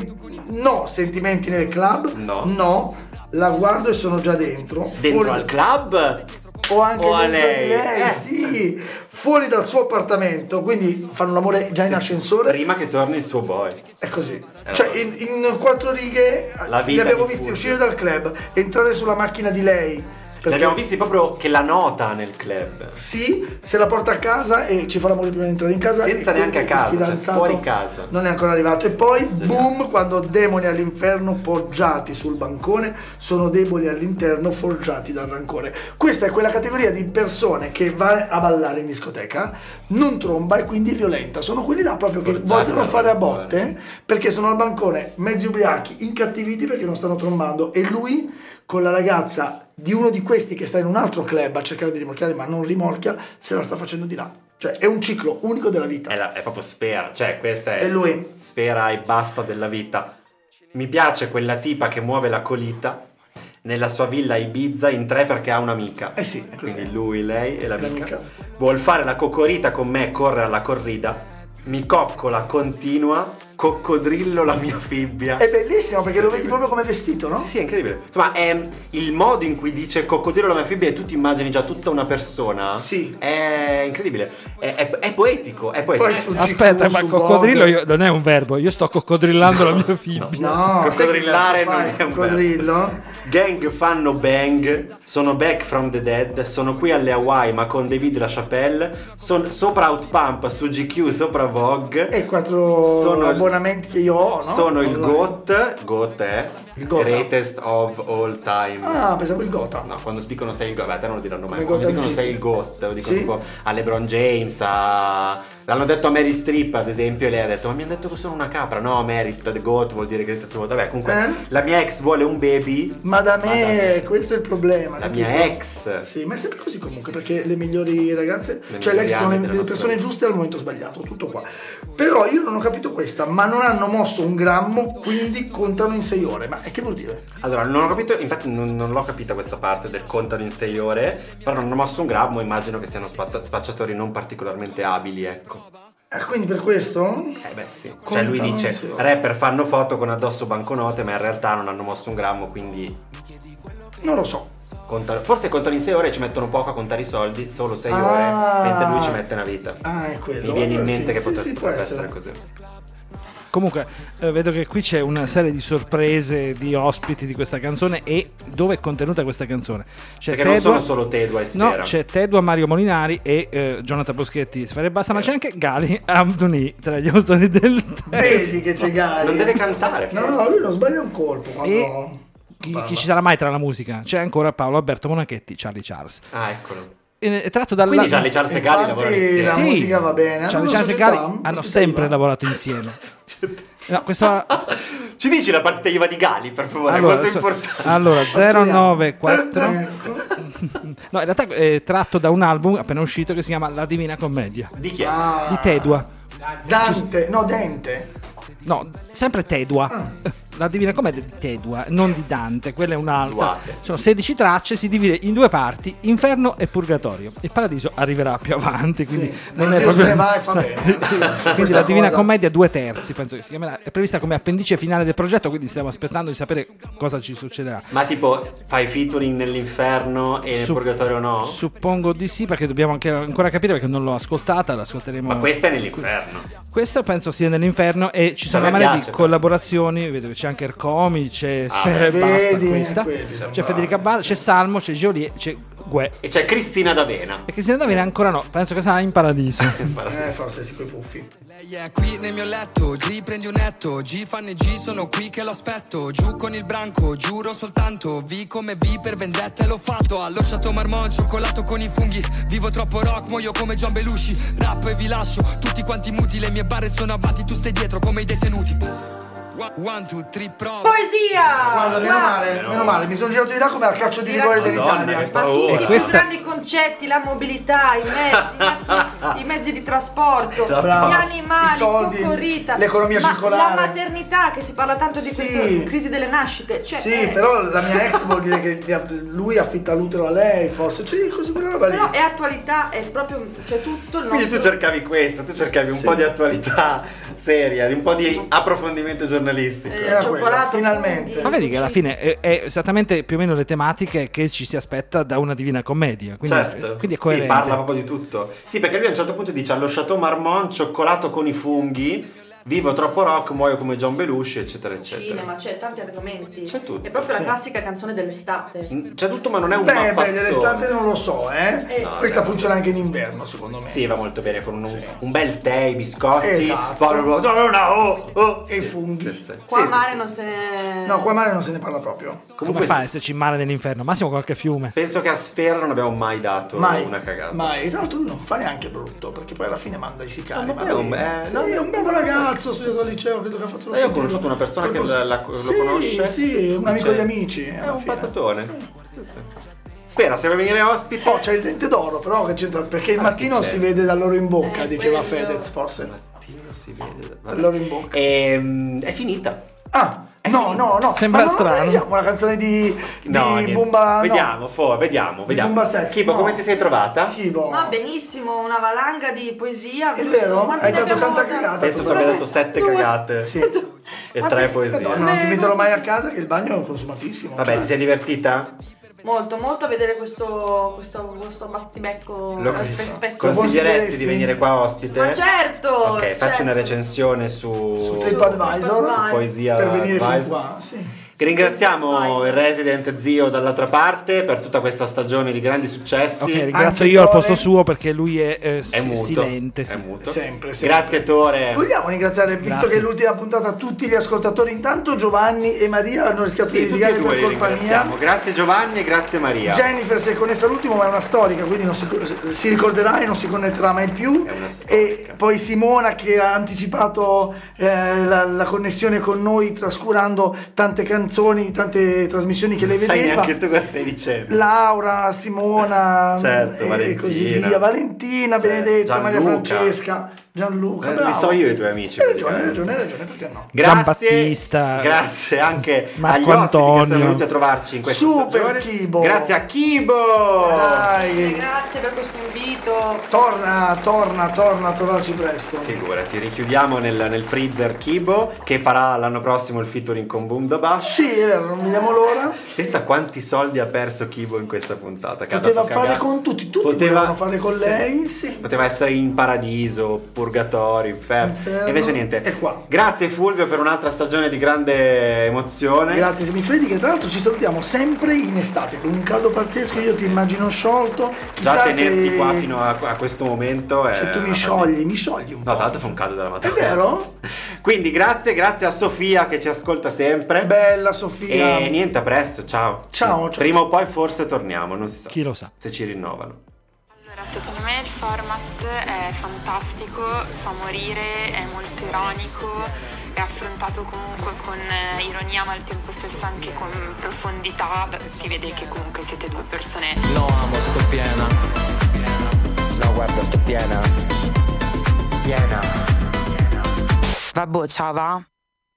S5: no, sentimenti nel club. No, la guardo e sono già dentro.
S4: Dentro
S5: Fuori-
S4: al club?
S5: O anche
S4: O a
S5: dentro
S4: lei?
S5: di lei, sì, fuori dal suo appartamento, quindi fanno l'amore già in ascensore.
S4: Prima che torni il suo boy.
S5: È così. Cioè, in 4 righe
S4: La
S5: li
S4: vita
S5: abbiamo
S4: di
S5: visti
S4: Fulvio.
S5: uscire dal club, entrare sulla macchina di lei,
S4: Ne abbiamo visti proprio che la nota nel club.
S5: Sì, se la porta a casa e ci fa l'amore prima di entrare in casa.
S4: Senza neanche a casa, cioè fuori casa.
S5: Non è ancora arrivato. E poi, boom, quando demoni all'inferno poggiati sul bancone sono deboli all'interno forgiati dal rancore. Questa è quella categoria di persone che va a ballare in discoteca, non tromba e quindi è violenta. Sono quelli là proprio che vogliono fare a botte perché sono al bancone mezzi ubriachi, incattiviti perché non stanno trombando, e lui con la ragazza di uno di questi che sta in un altro club a cercare di rimorchiare ma non rimorchia, se la sta facendo di là. Cioè è un ciclo unico della vita.
S4: È proprio Sfera, cioè questa è
S5: lui.
S4: Sfera e basta della vita. Mi piace quella tipa che muove la colita nella sua villa a Ibiza in 3 perché ha un'amica.
S5: Sì,
S4: quindi lui, lei e l'amica. Vuol fare la coccorita con me, corre alla corrida. Mi coccola continua, coccodrillo la mia fibbia.
S5: È bellissimo perché lo vedi proprio come vestito, no?
S4: Sì, è incredibile. Ma è il modo in cui dice coccodrillo la mia fibbia e tu ti immagini già tutta una persona.
S5: Sì.
S4: È incredibile. È poetico. È poetico.
S2: Aspetta, ma coccodrillo non è un verbo. Io sto coccodrillando la mia fibbia.
S5: No,
S4: coccodrillare non è un
S5: coccodrillo.
S4: verbo. Gang fanno bang, sono back from the dead, sono qui alle Hawaii ma con David LaChapelle, sopra Outpump, su GQ, sopra Vogue.
S5: E 4 abbonamenti che io ho, no?
S4: Sono il GOAT è
S5: il
S4: greatest of all time.
S5: Ah, pensavo il GOAT.
S4: No, quando dicono sei il GOAT, te non lo diranno mai.
S5: Come
S4: Quando dicono sei il GOAT, lo dicono tipo a LeBron James, l'hanno detto a Mary Streep ad esempio, e lei ha detto ma mi hanno detto che sono una capra. No, Merit, the GOAT vuol dire greatest of all time. Vabbè, comunque la mia ex vuole un baby.
S5: Ma da me, questo è il problema.
S4: La mia ex.
S5: Sì, ma è sempre così comunque, perché le migliori ragazze, cioè l'ex sono le persone giuste al momento sbagliato, tutto qua. Però io non ho capito questa, ma non hanno mosso un grammo, quindi contano in 6 ore. Ma che vuol dire?
S4: Allora, non ho capito, infatti non l'ho capita questa parte del contano in 6 ore, però non hanno mosso un grammo, immagino che siano spacciatori non particolarmente abili, ecco.
S5: Quindi per questo?
S4: Beh sì. Cioè lui dice rapper fanno foto con addosso banconote, ma in realtà non hanno mosso un grammo, quindi
S5: non lo so.
S4: Forse contano in 6 ore e ci mettono poco a contare i soldi, solo 6 ore, mentre lui ci mette una vita.
S5: È quello.
S4: Mi viene in mente che potrebbe essere così.
S2: Comunque vedo che qui c'è una serie di sorprese di ospiti di questa canzone. E dove è contenuta questa canzone? C'è
S4: perché non sono solo Tedua e Sfera.
S2: No, c'è Tedua, Mario Molinari e Jonathan Boschetti, Sfera e basta, ma c'è anche Gali Abduni tra gli autori del testo.
S5: Vedi che c'è Gali.
S4: Non deve cantare forse.
S5: No, lui non sbaglia un colpo quando
S2: chi ci sarà mai tra la musica? C'è ancora Paolo Alberto Monachetti, Charlie Charles.
S4: Eccolo.
S2: È tratto dalla...
S4: Quindi Charlie Charles e Gali lavorano insieme.
S5: La musica va bene.
S2: Charlie Charles e Gali hanno sempre lavorato insieme. No, questo...
S4: Ci dici la partita IVA di Gali, per favore,
S2: allora,
S4: è molto importante.
S2: Allora, 094 No, in realtà è tratto da un album appena uscito che si chiama La Divina Commedia.
S4: Di chi è?
S2: Di Tedua.
S5: Dente.
S2: No, sempre Tedua. La Divina Commedia di Tedua, non di Dante, quella è un'altra. Sono 16 tracce, si divide in 2 parti, Inferno e Purgatorio. Il Paradiso arriverà più avanti, quindi non è proprio... quindi La Divina Commedia 2/3, penso che si chiamerà. È prevista come appendice finale del progetto, quindi stiamo aspettando di sapere cosa ci succederà.
S4: Ma tipo fai featuring nell'Inferno e nel Purgatorio no?
S2: Suppongo di sì, perché dobbiamo ancora capire, perché non l'ho ascoltata, l'ascolteremo.
S4: Ma questa è nell'Inferno.
S2: Questa penso sia nell'Inferno e ci sono una marea di collaborazioni, vedo che c'è anche Ercomi, c'è Sfera e basta, questa. C'è Federica Bada, c'è Salmo, c'è Geolier, c'è Gue.
S4: E c'è Cristina D'Avena.
S2: E Cristina D'Avena ancora no, penso che sarà in paradiso.
S5: Forse sì, coi puffi.
S12: Lei è qui nel mio letto, G prendi un netto, G fanno i G, sono qui che lo aspetto, giù con il branco, giuro soltanto, V come V per vendetta e l'ho fatto, allo Chateau Marmont, cioccolato con i funghi, vivo troppo rock, muoio come John Belushi, rap e vi lascio, tutti quanti muti, le mie barre sono avanti, tu stai dietro come i detenuti. 1, 2, 3, prova.
S6: Poesia!
S5: Guarda, meno male, mi sono girato di là come al calcio di rigore dell'Italia.
S6: Ma tutti i più grandi concetti, la mobilità, i mezzi di trasporto, gli animali, Coccorrita,
S5: l'economia circolare,
S6: la maternità, che si parla tanto di questa crisi delle nascite. Cioè,
S5: però la mia ex vuol dire che lui affitta l'utero a lei, forse. Così quella roba lì.
S6: Però è attualità, è proprio, cioè tutto il nostro...
S4: Quindi tu cercavi questo, tu cercavi un po' di attualità seria, un po' di approfondimento giornalistico.
S5: Cioccolato finalmente.
S2: Ma vedi che alla fine è esattamente più o meno le tematiche che ci si aspetta da una Divina Commedia. Quindi,
S4: certo,
S2: quindi è coerente.
S4: Sì, parla proprio di tutto. Sì, perché lui a un certo punto dice allo Chateau Marmont, cioccolato con i funghi. Vivo troppo rock, muoio come John Belushi, eccetera eccetera.
S6: Cinema, c'è tanti argomenti.
S4: C'è tutto.
S6: È proprio la classica canzone dell'estate.
S4: C'è tutto, ma non è un
S5: Beh,
S4: mappazzone.
S5: dell'estate non lo so,
S4: No,
S5: questa funziona anche in inverno, secondo me.
S4: Sì, va molto bene con un bel tè, i biscotti.
S5: Esatto. E funghi.
S6: Qua a mare non se ne...
S5: No, qua a mare non se ne parla proprio.
S2: Come fa a esserci mare nell'inferno? Massimo qualche fiume.
S4: Penso che a Sfera non abbiamo mai dato una cagata.
S5: Mai. E tra l'altro lui non fa neanche brutto, perché poi alla fine manda i sicari.
S4: Ma è
S5: un bravo ragazzo, studiato al liceo, credo che ha fatto lo
S4: Io ho conosciuto una persona che lo conosce.
S5: Sì, un amico di amici.
S4: È un patatone. Spera, se vuoi venire ospite.
S5: Oh, c'è il dente d'oro, però che c'entra? Perché il mattino si vede dal loro in bocca, diceva Fedez, forse. Il
S4: mattino si vede
S5: dal loro in bocca.
S4: È finita.
S5: Ah, no.
S2: Sembra
S5: ma
S2: strano.
S5: Non una canzone di Bumba.
S4: Vediamo.
S5: Bumba Sex.
S4: Kibo, come ti sei trovata?
S5: Kibo.
S6: Ma benissimo, una valanga di poesia.
S5: È vero?
S6: Quante
S5: Hai
S6: ne
S5: dato
S6: abbiamo
S5: tanta
S6: date?
S5: cagata.
S4: Penso tu abbia dato 7 cagate.
S5: Sì.
S4: E 3 poesie.
S5: Non ti metterò mai a casa, che il bagno è consumatissimo.
S4: Vabbè, ti sei divertita?
S6: Molto a vedere questo battibecco.
S4: Consiglieresti di venire qua ospite?
S6: Ma certo!
S4: Ok, faccio una recensione su
S5: TripAdvisor,
S4: su Poesia
S5: per venire fin
S4: Advisor.
S5: qua, sì.
S4: Che ringraziamo il resident Zio dall'altra parte per tutta questa stagione di grandi successi.
S2: Ok, ringrazio io al posto suo perché lui è
S4: muto.
S2: silente.
S4: È muto.
S5: Sempre.
S4: Grazie Tore.
S5: Vogliamo ringraziare, visto che è l'ultima puntata, tutti gli ascoltatori. Intanto Giovanni e Maria hanno rischiato di litigare per colpa mia.
S4: Grazie Giovanni e grazie Maria.
S5: Jennifer si è connessa all'ultimo, ma è una storica, quindi non si ricorderà e non si connetterà mai più.
S4: È una storica.
S5: E poi Simona che ha anticipato la connessione con noi, trascurando tante canzoni, tante trasmissioni che lei vedeva.
S4: Sai neanche tu cosa stai dicendo.
S5: Laura, Simona,
S4: certo,
S5: e così via. Valentina, Benedetta, Maria Francesca, Gianluca.
S4: Li so io i tuoi amici.
S5: Hai ragione, perché no?
S2: Giambattista.
S4: Grazie anche
S2: Marco
S4: agli ospiti
S2: Antonio.
S4: che sono venuti a trovarci in questa stagione.
S5: Kibo.
S4: Grazie a Kibo.
S5: Dai.
S6: Grazie per questo invito.
S5: Torna a trovarci presto.
S4: Figurati, richiudiamo nel freezer Kibo, che farà l'anno prossimo il featuring con Boom Da Bash.
S5: Sì, è vero, non vediamo l'ora.
S4: Pensa quanti soldi ha perso Kibo in questa puntata.
S5: Poteva fare con tutti potevano fare con lei. Sì.
S4: Poteva essere in paradiso, purgatorio, inferno. E invece niente.
S5: È qua.
S4: Grazie Fulvio per un'altra stagione di grande emozione.
S5: Grazie Semifreddi, che tra l'altro ci salutiamo sempre in estate con un caldo pazzesco. Io ti immagino sciolto. Chissà
S4: già tenerti
S5: se...
S4: qua fino a questo momento è...
S5: Se tu mi sciogli un po'.
S4: No, tra l'altro fa un caldo della mattina.
S5: È vero?
S4: Quindi grazie a Sofia che ci ascolta sempre.
S5: Bella Sofia.
S4: E niente, a presto, ciao.
S5: Ciao.
S4: Prima o poi forse torniamo, non si sa.
S2: Chi lo sa.
S4: Se ci rinnovano.
S13: Allora, secondo me il format è fantastico, fa morire, è molto ironico, è affrontato comunque con ironia ma al tempo stesso anche con profondità. Si vede che comunque siete due persone.
S10: No, amo, sto piena. No, guarda, sto piena.
S14: Vabbè, ciao va.